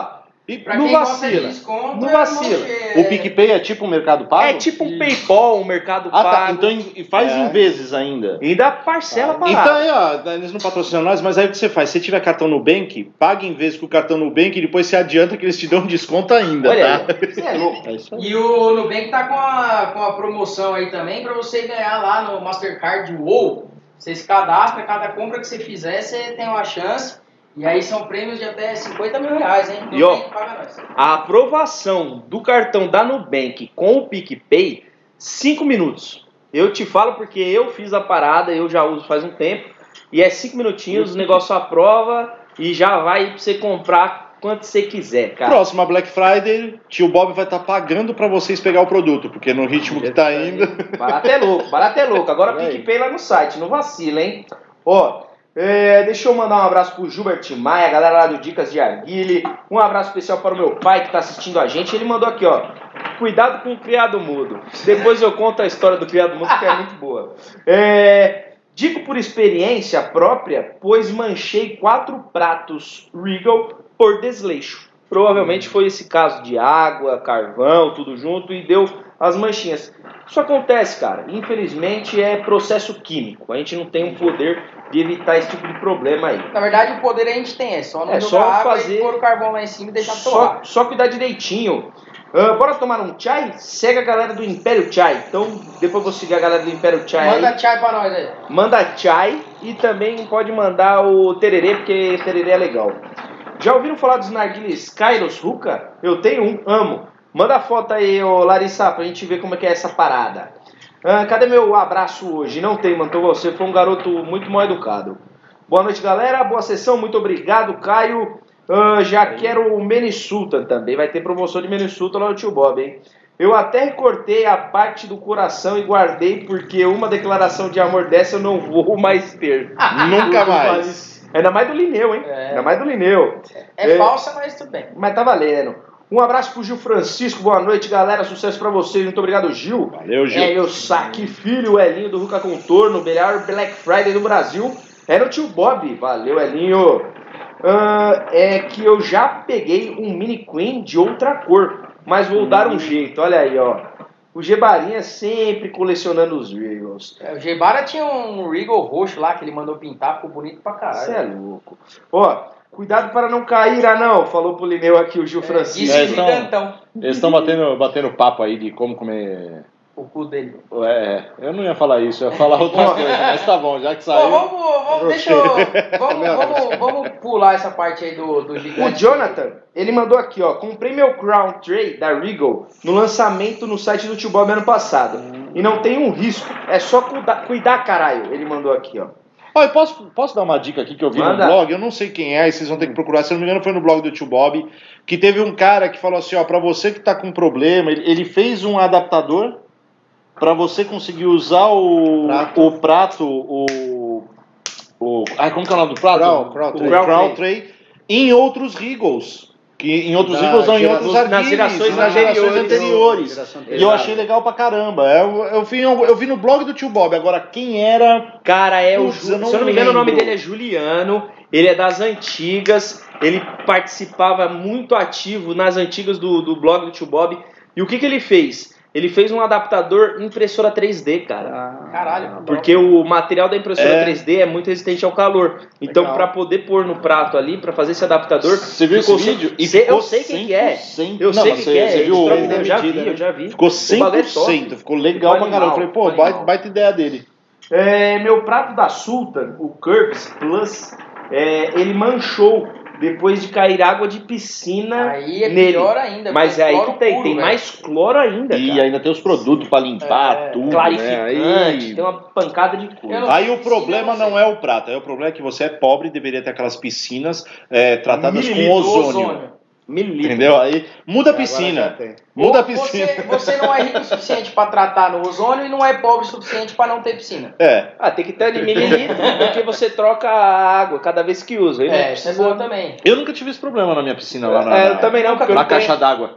não vacila. Não vacila. O PicPay é tipo um Mercado Pago? É tipo um PayPal, um Mercado Pago. Tá. Então faz em vezes ainda. E ainda parcela parada. Então aí, eles não patrocinam nós, mas aí o que você faz? Se tiver cartão Nubank, paga em vezes com o cartão Nubank e depois você adianta que eles te dão um desconto ainda, olha tá? Aí, você é louco. E o Nubank tá com a promoção aí também para você ganhar lá no Mastercard WOW. Você se cadastra, cada compra que você fizer, você tem uma chance. E aí são prêmios de até R$50 mil, hein? E paga nós. A aprovação do cartão da Nubank com o PicPay, 5 minutos. Eu te falo porque eu fiz a parada, eu já uso faz um tempo. E é 5 minutinhos, o negócio aprova e já vai pra você comprar quanto você quiser, cara. Próxima Black Friday, tio Bob vai estar pagando pra vocês pegar o produto, porque no ritmo que tá indo... Barato é louco. Agora PicPay lá no site, não vacila, hein? Deixa eu mandar um abraço pro Gilbert Maia, a galera lá do Dicas de Arguile. Um abraço especial para o meu pai que tá assistindo a gente. Ele mandou aqui, cuidado com o criado mudo. Depois eu conto a história do criado mudo, que é muito boa. Digo por experiência própria, pois manchei 4 pratos Regal por desleixo. Provavelmente foi esse caso de água, carvão, tudo junto, e deu as manchinhas. Isso acontece, cara. Infelizmente é processo químico. A gente não tem um poder de evitar esse tipo de problema aí. Na verdade, o poder a gente tem, é só não jogar só água fazer... e pôr o carvão lá em cima e deixar torrar. Só cuidar direitinho. Bora tomar um chai? Segue a galera do Império Chai. Então, depois eu vou seguir a galera do Império Chai aí. Manda chai pra nós aí. Manda chai e também pode mandar o tererê, porque tererê é legal. Já ouviram falar dos narguilés Kairos Ruka? Eu tenho um, amo. Manda a foto aí, ô Larissa, pra gente ver como é que é essa parada. Cadê meu abraço hoje? Não tem, mano. Você foi um garoto muito mal educado. Boa noite, galera. Boa sessão. Muito obrigado, Caio. Já quero o Minnesota também. Vai ter promoção de Minnesota lá no Tio Bob, hein? Eu até recortei a parte do coração e guardei, porque uma declaração de amor dessa eu não vou mais ter. Nunca mais. Ainda mais do Lineu, hein? Ainda mais do Lineu. É falsa, mas tudo bem. Mas tá valendo. Um abraço pro Gil Francisco. Boa noite, galera. Sucesso pra vocês. Muito obrigado, Gil. Valeu, Gil. É, meu saque filho, o Elinho do Ruka Contorno. Melhor Black Friday do Brasil. É no Tio Bob. Valeu, Elinho. É que eu já peguei um Mini Queen de outra cor, mas vou dar um jeito. Olha aí, ó. O Gebarinha sempre colecionando os Regals. O Gebara tinha um Regal roxo lá que ele mandou pintar, ficou bonito pra caralho. Você é louco. Ó, cuidado para não cair, não. Falou pro Lineu aqui o Gil Francisco. Disse gigantão. Eles estão batendo papo aí de como comer... O cu dele. Eu não ia falar isso, eu ia falar outra coisa, mas tá bom, já que saiu... Vamos pular essa parte aí do gigante. O Jonathan, ele mandou aqui, ó. Comprei meu Crown Tray da Regal no lançamento no site do Tio Bob ano passado. E não tem um risco, é só cuidar, caralho. Ele mandou aqui, ó. Olha, posso dar uma dica aqui que eu vi no blog? Eu não sei quem é, vocês vão ter que procurar. Se não me engano, foi no blog do Tio Bob. Que teve um cara que falou assim, ó, pra você que tá com problema, ele fez um adaptador pra você conseguir usar o prato, como que é o nome do prato? Crown O Crown Tray em outros Regals. Que em outros Regals não, em outros arguilhos, nas gerações anteriores. E eu achei legal pra caramba. Eu vi no blog do Tio Bob. Agora, quem era... Cara, se eu não me engano, o nome dele é Juliano. Ele é das antigas. Ele participava muito ativo nas antigas do blog do Tio Bob. E o que ele fez? Ele fez um adaptador impressora 3D, cara. Caralho. Porque o material da impressora 3D é muito resistente ao calor. Então, para poder pôr no prato ali, para fazer esse adaptador... Você viu esse vídeo? Eu sei quem que é. Eu sei quem que é. Você viu Eu já vi. Ficou 100%. Ficou legal pra caramba. Eu falei, pô, baita ideia dele. Meu prato da Sultan, o Curves Plus, ele manchou depois de cair água de piscina aí é nele. Pior ainda. Mas é aí que tem puro, mais cloro ainda, e cara. ainda tem os produtos pra limpar tudo, clarificante, né? tem uma pancada de coisa. Aí o problema não é o prato, aí o problema é que você é pobre e deveria ter aquelas piscinas tratadas com ozônio. Entendeu? Aí muda a piscina. Muda a piscina. Você não é rico o suficiente para tratar no ozônio e não é pobre o suficiente para não ter piscina. Tem que ter de mililitro, porque você troca a água cada vez que usa. Isso é bom também. Eu nunca tive esse problema na minha piscina lá eu também não, porque na caixa d'água.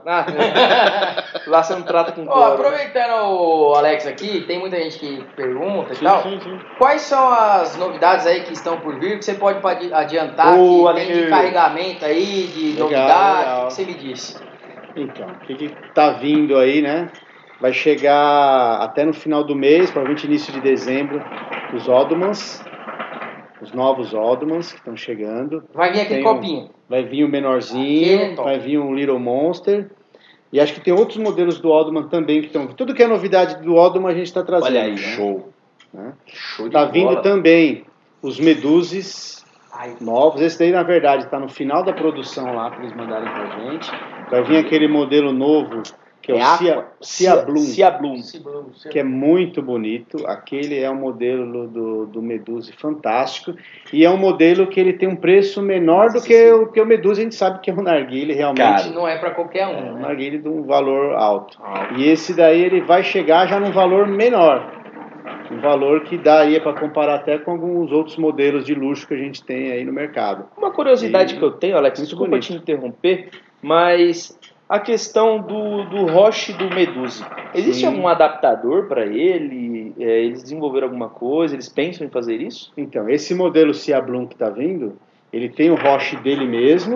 Lá você não trata com cloro. Aproveitando o Alex aqui, tem muita gente que pergunta e tal. Sim. Quais são as novidades aí que estão por vir que você pode adiantar que tem de carregamento aí, de novidade? O que você me disse? Então, o que tá vindo aí, né? Vai chegar até no final do mês, provavelmente início de dezembro, os Odomans, os novos Odomans que estão chegando. Vai vir aquele copinho. Vai vir o menorzinho, vai vir um Little Monster. E acho que tem outros modelos do Odoman também que estão... Tudo que é novidade do Odoman a gente está trazendo. Olha aí, né? Show de Tá bola. vindo também os Meduses novos. Esse daí, na verdade, está no final da produção lá, para eles mandarem pra gente. Vai vir aquele modelo novo, que é o Cia Bloom, que é muito bonito. Aquele é um modelo do Meduse fantástico. E é um modelo que ele tem um preço menor do que o Meduse. A gente sabe que é um narguilé, realmente. Cara, não é para qualquer um. É um narguilé de um valor alto. E esse daí ele vai chegar já num valor menor. Um valor que daria para comparar até com alguns outros modelos de luxo que a gente tem aí no mercado. Uma curiosidade que eu tenho, Alex, desculpa te interromper, mas a questão do Roche do Meduse. Existe algum adaptador para ele? Eles desenvolveram alguma coisa? Eles pensam em fazer isso? Então, esse modelo Cia Bloom que está vindo, ele tem o Roche dele mesmo,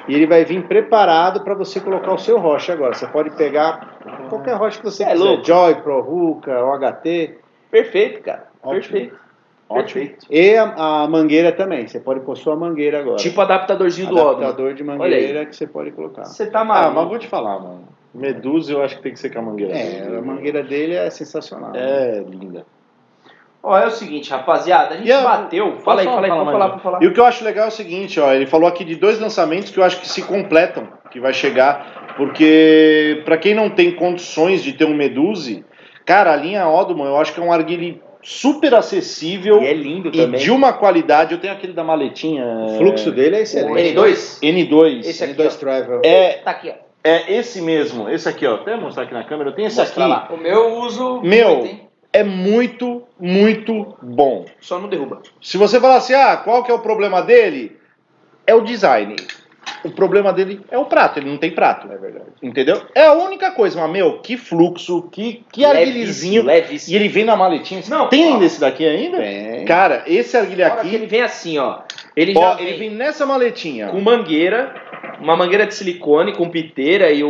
E ele vai vir preparado para você colocar o seu rocha agora. Você pode pegar qualquer rocha que você quiser. Louco. Joy, Pro Ruka, OHT. Perfeito, cara. Ótimo. Perfeito. Ótimo. Perfeito. E a mangueira também. Você pode pôr sua mangueira agora. Tipo adaptadorzinho do Odmo. Adaptador de mangueira que você pode colocar. Você tá Ah, maluco. mas vou te falar, mano. Medusa eu acho que tem que ser com a mangueira. A mangueira dele é sensacional. É linda. Ó, é o seguinte, rapaziada, a gente bateu. Fala aí, pode falar. E o que eu acho legal é o seguinte, ó, ele falou aqui de 2 lançamentos que eu acho que se completam, que vai chegar, porque pra quem não tem condições de ter um Meduse, cara, a linha Odmo eu acho que é um arguile super acessível E é lindo e também. de uma qualidade. Eu tenho aquele da maletinha. O fluxo dele é excelente. O N2? N2. Esse aqui, N2 Travel. Tá aqui, ó. É esse mesmo, esse aqui, ó. Até mostrar aqui na câmera, eu tenho esse Mostra aqui. lá. O meu eu uso Meu, muito, hein? é muito, muito bom. Só não derruba. Se você falar assim, qual que é o problema dele? É o design. O problema dele é o prato, ele não tem prato. É verdade. Entendeu? É a única coisa, mas, que fluxo, que arguilzinho. Levíssimo. E ele vem na maletinha. Não, tem ó. ainda esse daqui ainda? Tem. Cara, esse arguilho Olha que ele aqui, vem assim, ó. Ele já ele vem nessa maletinha. com mangueira, uma mangueira de silicone com piteira e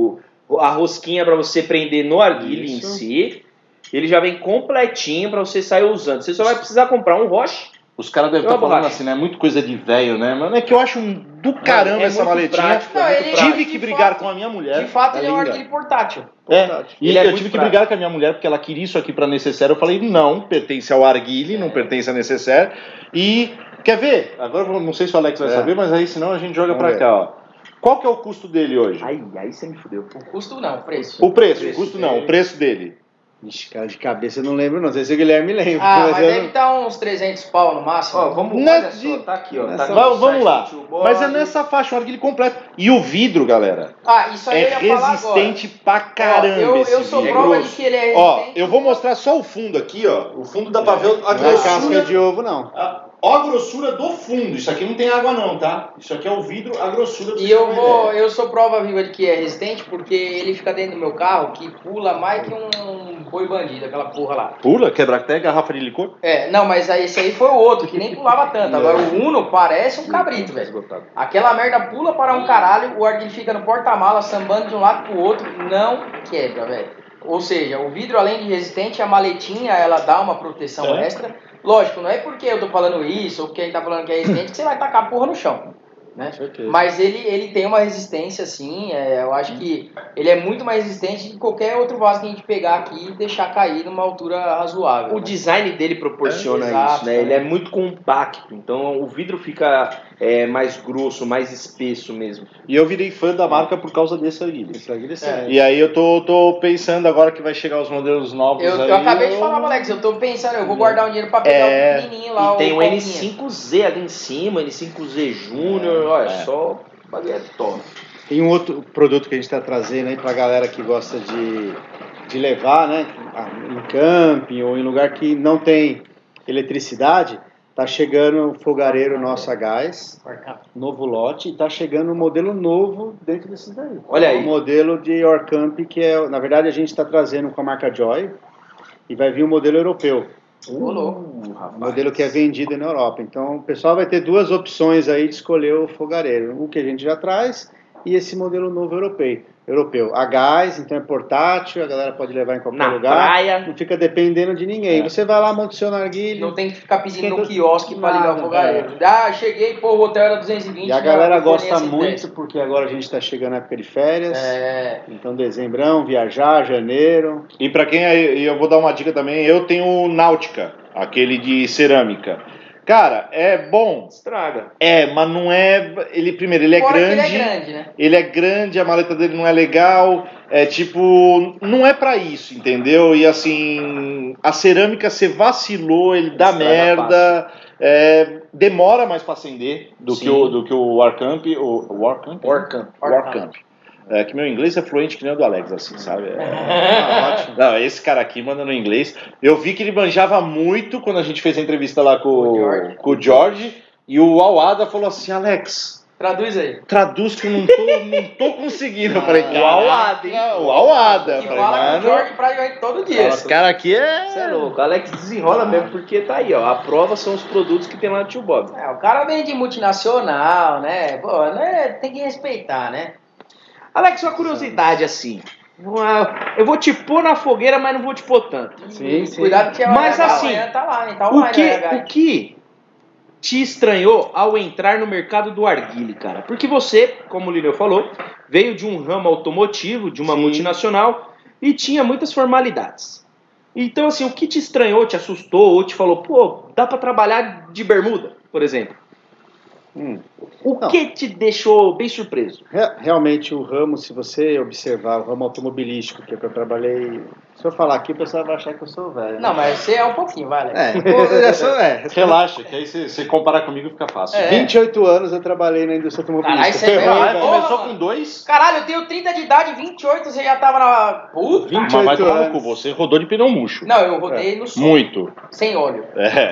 a rosquinha pra você prender no arguilho em Isso. si. Ele já vem completinho pra você sair usando. Você só vai precisar comprar um roche. Os caras devem Eu estar falando borracha. assim, né? Muito coisa de velho, né? Mano, é que eu acho do caramba é essa muito maletinha. prático, Não, ele- Tive de que brigar fato- com a minha mulher. De fato, ele é um linda. arguilho portátil. E Ele é eu muito tive que prático. brigar com a minha mulher porque ela queria isso aqui pra necessaire. Eu falei, não, pertence ao arguile, não pertence a necessaire. E, quer ver? Agora eu não sei se o Alex vai saber, mas aí senão a gente joga Vamos pra ver. cá, ó. Qual que é o custo dele hoje? Aí você me fudeu. O custo não, o preço. O preço, o custo não, o preço dele. Ixi, cara, de cabeça eu não lembro, não. Não sei se o Guilherme lembra. Ah, mas eu deve não- estar uns 300 pau no máximo. Ó, vamos Nessa olha só, tá aqui, ó. nessa- Tá aqui Vamos, no site lá. do Tio Bob. Mas é nessa faixa, um arguile completo. E o vidro, galera, Ah, isso aí é eu ia falar resistente pra agora. caramba. Ó, eu esse sou vidro. prova de grosso. que ele é resistente. Ó, eu vou mostrar só o fundo aqui, ó. O fundo dá pra ver a Não é casca grossura. de ovo, não. Ó a grossura do fundo. Isso aqui não tem água não, tá? Isso aqui é o vidro, a grossura. E eu sou prova viva de que é resistente porque ele fica dentro do meu carro que pula mais que um boi bandido, aquela porra lá. Pula, quebra até garrafa de licor. Não, mas aí, esse aí foi o outro, que nem pulava tanto. Agora o Uno parece um cabrito, velho. Aquela merda pula para um caralho, o arguilho fica no porta-mala, sambando de um lado pro outro, não quebra, velho. Ou seja, o vidro, além de resistente, a maletinha, ela dá uma proteção extra. Lógico, não é porque eu tô falando isso, ou porque a gente tá falando que é resistente, que você vai tacar a porra no chão. Né? Certeza. Mas ele tem uma resistência, assim, eu acho que ele é muito mais resistente que qualquer outro vaso que a gente pegar aqui e deixar cair numa altura razoável. O né? design dele proporciona Exato, isso, né? Ele é muito compacto, então o vidro fica mais grosso, mais espesso mesmo. E eu virei fã da marca por causa desse arguilho. Esse arguilho é excelente. E aí eu tô pensando agora que vai chegar os modelos novos aí. Eu acabei de falar, Alex, eu tô pensando, eu vou guardar um dinheiro pra pegar o pequenininho lá. E tem o Palminha. N5Z ali em cima, N5Z Júnior, olha só, o bagulho é top. Tem um outro produto que a gente está trazendo aí pra galera que gosta de levar, né? Em camping ou em lugar que não tem eletricidade. Tá chegando o fogareiro nosso a gás, novo lote, e tá chegando um modelo novo dentro desses daí. Olha aí. Um modelo de Orcamp que é, na verdade, a gente está trazendo com a marca Joy e vai vir um modelo europeu. Rapaz. Modelo que é vendido na Europa. Então o pessoal vai ter duas opções aí de escolher o fogareiro. O que a gente já traz e esse modelo novo europeu. A gás, então é portátil, a galera pode levar em qualquer Na lugar. praia. Não fica dependendo de ninguém. Você vai lá, monta o seu narguilho. Não tem que ficar pedindo no Esquenta quiosque pra ligar o nada, fogareiro. Ah, cheguei, pô, o hotel era 220. E a não, galera eu vou gosta nesse muito teste. porque agora a gente está chegando na época de férias. Então, Dezembrão, viajar, janeiro. E pra quem aí, eu vou dar uma dica também, eu tenho o Náutica, aquele de cerâmica. Cara, é bom. Estraga. Mas não é. Ele primeiro, ele é fora que grande. ele é grande, né? Ele é grande, a maleta dele não é legal. É tipo, não é pra isso, entendeu? E assim, a cerâmica você vacilou, ele dá Estraga merda. Demora mais pra acender do que o Warcamp. O Warcamp? Warcamp. É que meu inglês é fluente que nem o do Alex, assim, sabe? Ótimo. Não, esse cara aqui manda no inglês. Eu vi que ele manjava muito quando a gente fez a entrevista lá com o George. E o Awada falou assim, Alex, Traduz aí. Traduz que eu não tô conseguindo. Eu falei, o Auada, hein? O Auada. Que Falei, fala com o mano, Jorge praticamente todo dia. esse cara aqui Você é louco, Alex desenrola mesmo, porque tá aí, ó. A prova são os produtos que tem lá no Tio Bob. O cara vem de multinacional, né? Pô, né? Tem que respeitar, né? Alex, uma curiosidade assim. Eu vou te pôr na fogueira, mas não vou te pôr tanto. Sim. Cuidado que Mas assim, amanhã tá lá, hein? Tá O online, né, que te estranhou ao entrar no mercado do arguile, cara? Porque você, como o Lineu falou, veio de um ramo automotivo, de uma multinacional, e tinha muitas formalidades. Então, assim, o que te estranhou, te assustou, ou te falou, pô, dá pra trabalhar de bermuda, por exemplo? O que te deixou bem surpreso? Realmente o ramo, se você observar o ramo automobilístico, que é que eu trabalhei... Se eu falar aqui, o pessoal vai achar que eu sou velho. Não, mas você é um pouquinho, vale. relaxa, que aí se comparar comigo fica fácil. 28 anos eu trabalhei na indústria automobilística. Caralho, você é velho. Começou Porra, com 2. Caralho, eu tenho 30 de idade, 28, você já tava na... Puta! 28 Mas vai tomar no anos. cu, você rodou de pneu murcho. Não, eu rodei no sol. Muito. Sem óleo.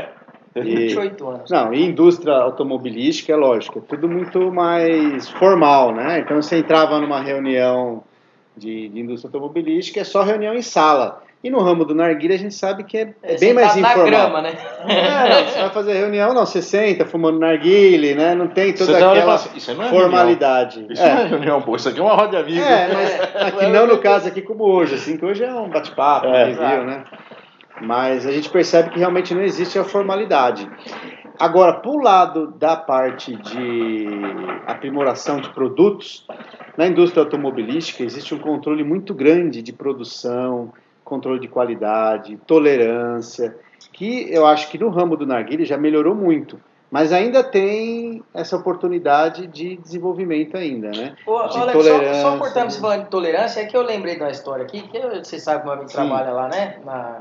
28 anos. Não, e indústria automobilística, é lógico, é tudo muito mais formal, né? Então você entrava numa reunião de indústria automobilística, é só reunião em sala. E no ramo do narguilé a gente sabe que é bem mais informal. Na grama, né? Não, você vai fazer reunião, não, você senta fumando narguilé, né? Não tem toda aquela isso não é formalidade. Isso não é reunião, pô, isso aqui é uma roda de amigos. Mas aqui não no caso aqui como hoje, assim, que hoje é um bate-papo, um review, né? Mas a gente percebe que realmente não existe a formalidade. Agora, pro lado da parte de aprimoração de produtos, na indústria automobilística existe um controle muito grande de produção, controle de qualidade, tolerância, que eu acho que no ramo do narguilé já melhorou muito. Mas ainda tem essa oportunidade de desenvolvimento ainda, né? Olha, só cortando você falando de tolerância, é que eu lembrei de uma história aqui, que você sabe que o meu amigo trabalha lá, né?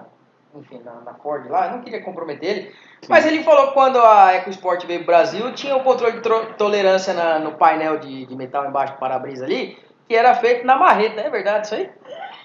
Na Ford lá, eu não queria comprometer ele, mas ele falou que quando a EcoSport veio pro Brasil, tinha o controle de tolerância no painel de metal embaixo do para-brisa ali, que era feito na marreta, é verdade isso aí?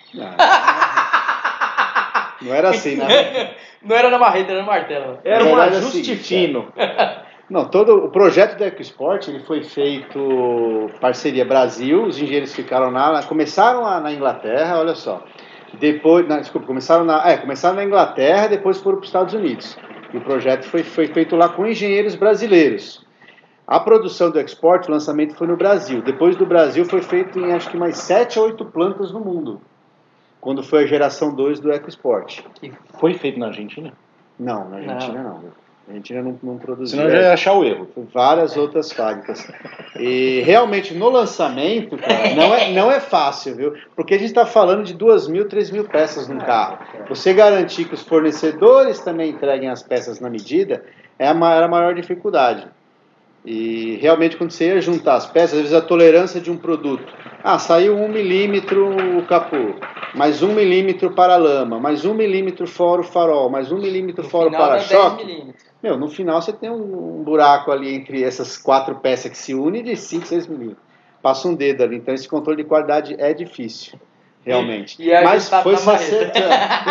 Não era assim, né? Não era na marreta, era no martelo. Era um ajuste fino. Não, todo o projeto da EcoSport ele foi feito parceria Brasil, os engenheiros ficaram começaram na Inglaterra, olha só. Depois, começaram na Inglaterra, depois foram para os Estados Unidos. E o projeto foi feito lá com engenheiros brasileiros. A produção do Export, o lançamento foi no Brasil. Depois do Brasil foi feito em acho que mais 7 ou 8 plantas no mundo. Quando foi a geração 2 do EcoSport. Foi feito na Argentina? Não, na Argentina não. A Argentina não produziu. Senão já ia achar o erro. Várias outras fábricas. E realmente no lançamento, cara, não é fácil, viu? Porque a gente está falando de 2.000, 3.000 peças num carro. Você garantir que os fornecedores também entreguem as peças na medida era a maior dificuldade. E realmente quando você ia juntar as peças, às vezes a tolerância de um produto. Saiu 1 milímetro o capô, mais 1 milímetro para a lama, mais 1 milímetro fora o farol, mais 1 milímetro fora o para-choque. No final você tem um buraco ali entre essas 4 peças que se unem de 5, 6 milímetros. Passa um dedo ali. Então esse controle de qualidade é difícil, realmente. Mas foi se acertando.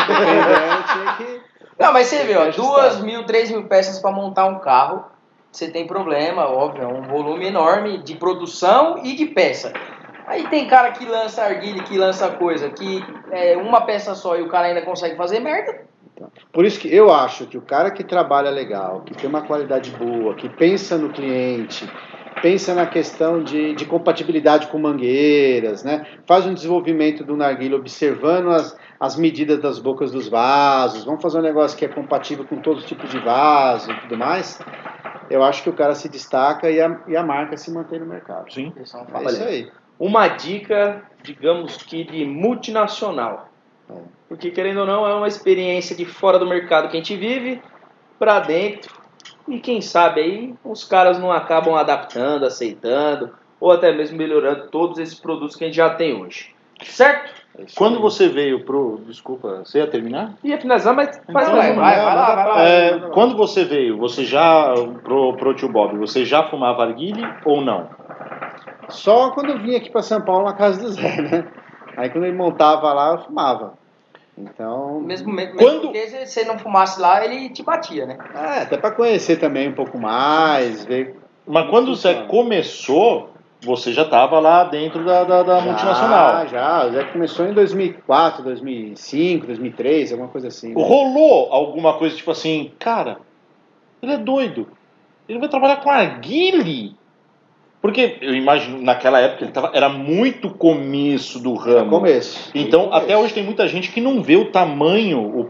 Não, mas você vê, 2.000, 3.000 peças para montar um carro, você tem problema, óbvio, é um volume enorme de produção e de peça. Aí tem cara que lança arguilé, que lança coisa, que é uma peça só e o cara ainda consegue fazer merda. Por isso que eu acho que o cara que trabalha legal, que tem uma qualidade boa, que pensa no cliente, pensa na questão de compatibilidade com mangueiras, né? Faz um desenvolvimento do narguilé observando as medidas das bocas dos vasos, vamos fazer um negócio que é compatível com todos os tipos de vaso e tudo mais. Eu acho que o cara se destaca e a marca se mantém no mercado. Sim. É isso aí. Uma dica, digamos que de multinacional. Porque, querendo ou não, é uma experiência de fora do mercado que a gente vive, pra dentro. E quem sabe aí, os caras não acabam adaptando, aceitando, ou até mesmo melhorando todos esses produtos que a gente já tem hoje. Certo? Quando você veio Desculpa, você ia terminar? Ia finalizar, mas faz Vai lá. Quando você veio, você já, pro Tio Bob, você já fumava arguilé ou não? Só quando eu vim aqui para São Paulo na casa do Zé, né? Aí quando ele montava lá, eu fumava. Então... Mesmo porque se você não fumasse lá, ele te batia, né? Até para conhecer também um pouco mais, ver Mas quando o Zé começou, você já estava lá dentro da multinacional. Já. O Zé começou em 2004, 2005, 2003, alguma coisa assim. Né? Rolou alguma coisa tipo assim, cara, ele é doido. Ele vai trabalhar com narguile. Porque eu imagino, naquela época, era muito começo do ramo. Era começo. Então, até hoje tem muita gente que não vê o tamanho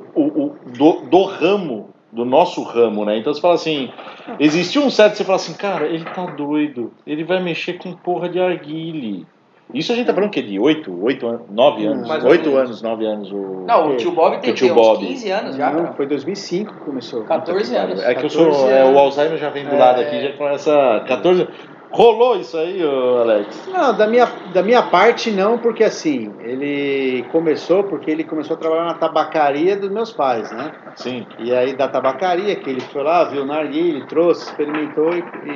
do ramo, do nosso ramo, né? Então você fala assim, existiu um certo, você fala assim, cara, ele tá doido, ele vai mexer com porra de arguile. Isso a gente tá falando o quê? De 8 anos, 9 anos? 8 anos, 9 anos. Não, o tio Bob tem uns 15 anos já, cara. Não, foi 2005 que começou. 14 anos. É que eu sou, o Alzheimer já vem do lado aqui, já começa 14 Rolou isso aí, Alex? Não, da minha parte não, porque assim, ele começou a trabalhar na tabacaria dos meus pais, né? Sim. E aí da tabacaria, que ele foi lá, viu o narguilé, trouxe, experimentou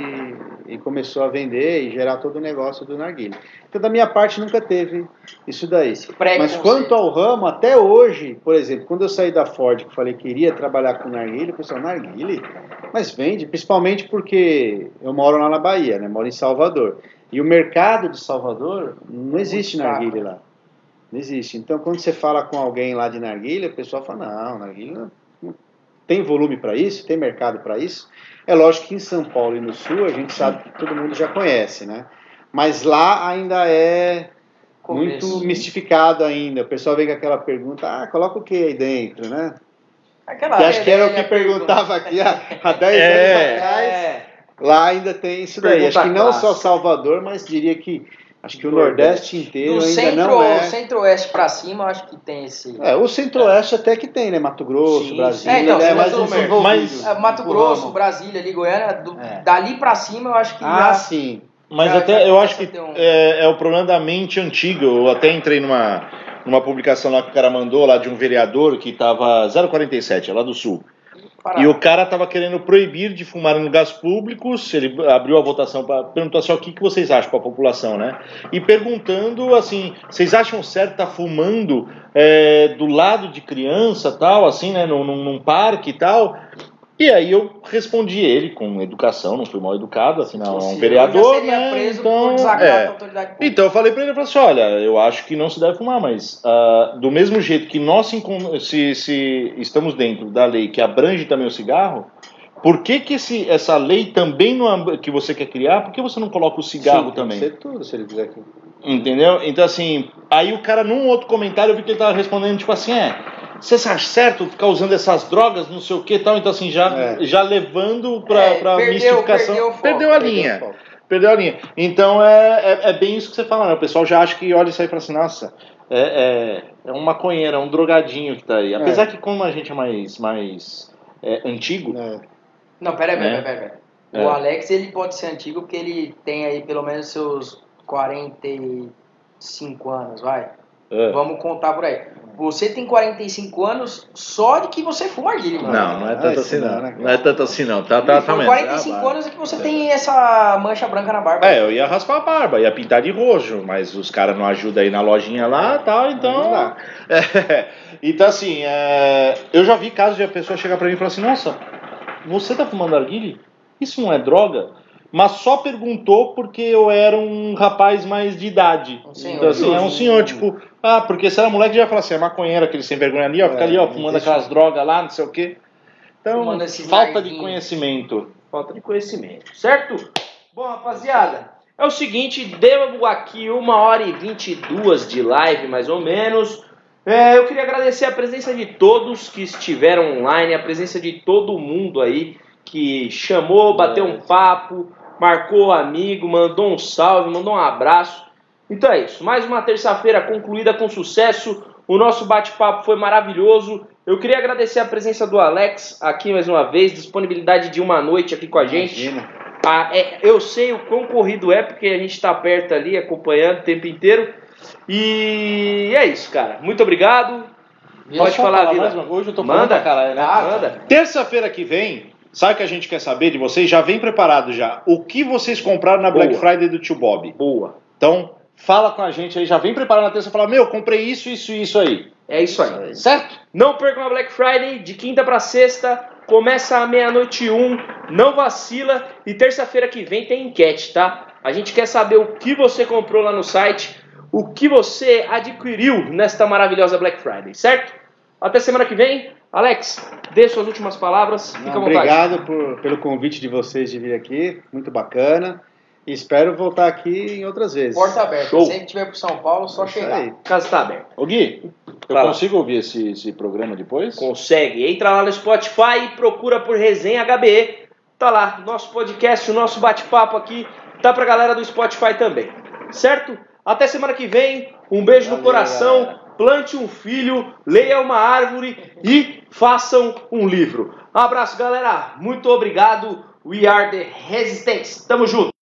e começou a vender e gerar todo o negócio do narguilé. Então da minha parte nunca teve isso daí. Mas quanto ao ramo, até hoje, por exemplo, quando eu saí da Ford, que falei que iria trabalhar com narguilé, o pessoal, narguilé? Mas vende, principalmente porque eu moro lá na Bahia, né? Moro em Salvador. E o mercado de Salvador, não existe narguilé lá. Não existe. Então, quando você fala com alguém lá de narguilé, o pessoal fala, não, narguilé não tem volume para isso, tem mercado para isso. É lógico que em São Paulo e no Sul, a gente sabe que todo mundo já conhece, né? Mas lá ainda é muito mistificado ainda. O pessoal vem com aquela pergunta, coloca o que aí dentro, né? Que acho que era o que perguntava aqui há 10 anos atrás. Lá ainda tem isso daí. Acho que não só Salvador, mas diria que acho que o Nordeste inteiro ainda não é. Do centro-oeste pra cima, eu acho que tem esse. O centro-oeste até que tem, né? Mato Grosso, Brasília. Então, é mais desenvolvido. Mato Grosso, Brasília, ali, Goiânia, dali pra cima eu acho que. Sim. Mas até eu acho que é o problema da mente antiga. Eu até entrei numa publicação lá que o cara mandou, lá de um vereador que estava 047, lá do Sul. E o cara estava querendo proibir de fumar em lugares públicos. Ele abriu a votação para perguntar assim, o que vocês acham para a população, né? E perguntando assim, vocês acham certo estar fumando do lado de criança, tal, assim, né? Num parque e tal? E aí eu respondi ele com educação, não fui mal educado, afinal é um vereador, né? Preso por desacato à autoridade pública. Então eu falei pra ele, assim, olha, eu acho que não se deve fumar, mas do mesmo jeito que nós se estamos dentro da lei que abrange também o cigarro, por que essa lei também que você quer criar, por que você não coloca o cigarro também? Pode ser tudo, se ele quiser aqui. Entendeu? Então assim, aí o cara num outro comentário eu vi que ele tava respondendo tipo assim, você acha certo ficar usando essas drogas, não sei o que e tal, então assim, já levando pra mistificação, perdeu a linha. Então é bem isso que você fala, né? O pessoal já acha que olha isso aí e fala assim, nossa, é um maconheiro, é um drogadinho que tá aí. Apesar que como a gente é mais antigo... Não, peraí. O Alex, ele pode ser antigo porque ele tem aí pelo menos seus 45 anos, vai. Vamos contar por aí. Você tem 45 anos só de que você fuma narguilé, mano. Não é tanto assim não. Não é tanto assim não. Tá 45 anos é que você tem essa mancha branca na barba. Eu ia raspar a barba, ia pintar de roxo, mas os caras não ajudam aí na lojinha lá e tal, então... Então assim, eu já vi casos de a pessoa chegar pra mim e falar assim, nossa, você tá fumando narguilé? Isso não é droga? Mas só perguntou porque eu era um rapaz mais de idade. Então assim, é um senhor, tipo... porque se era moleque já ia falar assim, é maconheiro, aquele sem vergonha ali, fica ali, fumando aquelas drogas lá, não sei o quê. Então, falta de conhecimento. Falta de conhecimento, certo? Bom, rapaziada, é o seguinte, deu aqui 1h22 de live, mais ou menos. Eu queria agradecer a presença de todos que estiveram online, a presença de todo mundo aí, que chamou, bateu um papo, marcou amigo, mandou um salve, mandou um abraço. Então é isso, mais uma terça-feira concluída com sucesso, o nosso bate-papo foi maravilhoso. Eu queria agradecer a presença do Alex aqui mais uma vez, disponibilidade de uma noite aqui com a gente. Eu sei o quão corrido é, porque a gente está perto ali, acompanhando o tempo inteiro. E é isso, cara. Muito obrigado. Pode falar, Vila. Hoje eu tô falando pra caralho, né? Manda. Terça-feira que vem, sabe o que a gente quer saber de vocês? Já vem preparado já. O que vocês compraram na Black Friday do Tio Bob? Boa. Então, fala com a gente aí, já vem preparado na terça e fala, comprei isso aí. É isso aí. Certo? Não percam a Black Friday, de quinta pra sexta, Começa à 00:01, não vacila. E terça-feira que vem tem enquete, tá? A gente quer saber o que você comprou lá no site, o que você adquiriu nesta maravilhosa Black Friday, certo? Até semana que vem. Alex, dê suas últimas palavras. Fica à vontade. Obrigado pelo convite de vocês de vir aqui. Muito bacana. E espero voltar aqui em outras vezes. Porta aberta. Show. Sempre que tiver pro São Paulo, só chegar. Aí. Casa está aberta. Ô Gui, eu Fala. consigo ouvir esse programa depois? Consegue. Entra lá no Spotify e procura por Resenha HBE. Tá lá, nosso podcast, o nosso bate-papo aqui. Tá pra galera do Spotify também. Certo? Até semana que vem. Um beijo no coração. Galera. Plante um filho, leia uma árvore e façam um livro. Um abraço, galera. Muito obrigado. We are the Resistance. Tamo junto.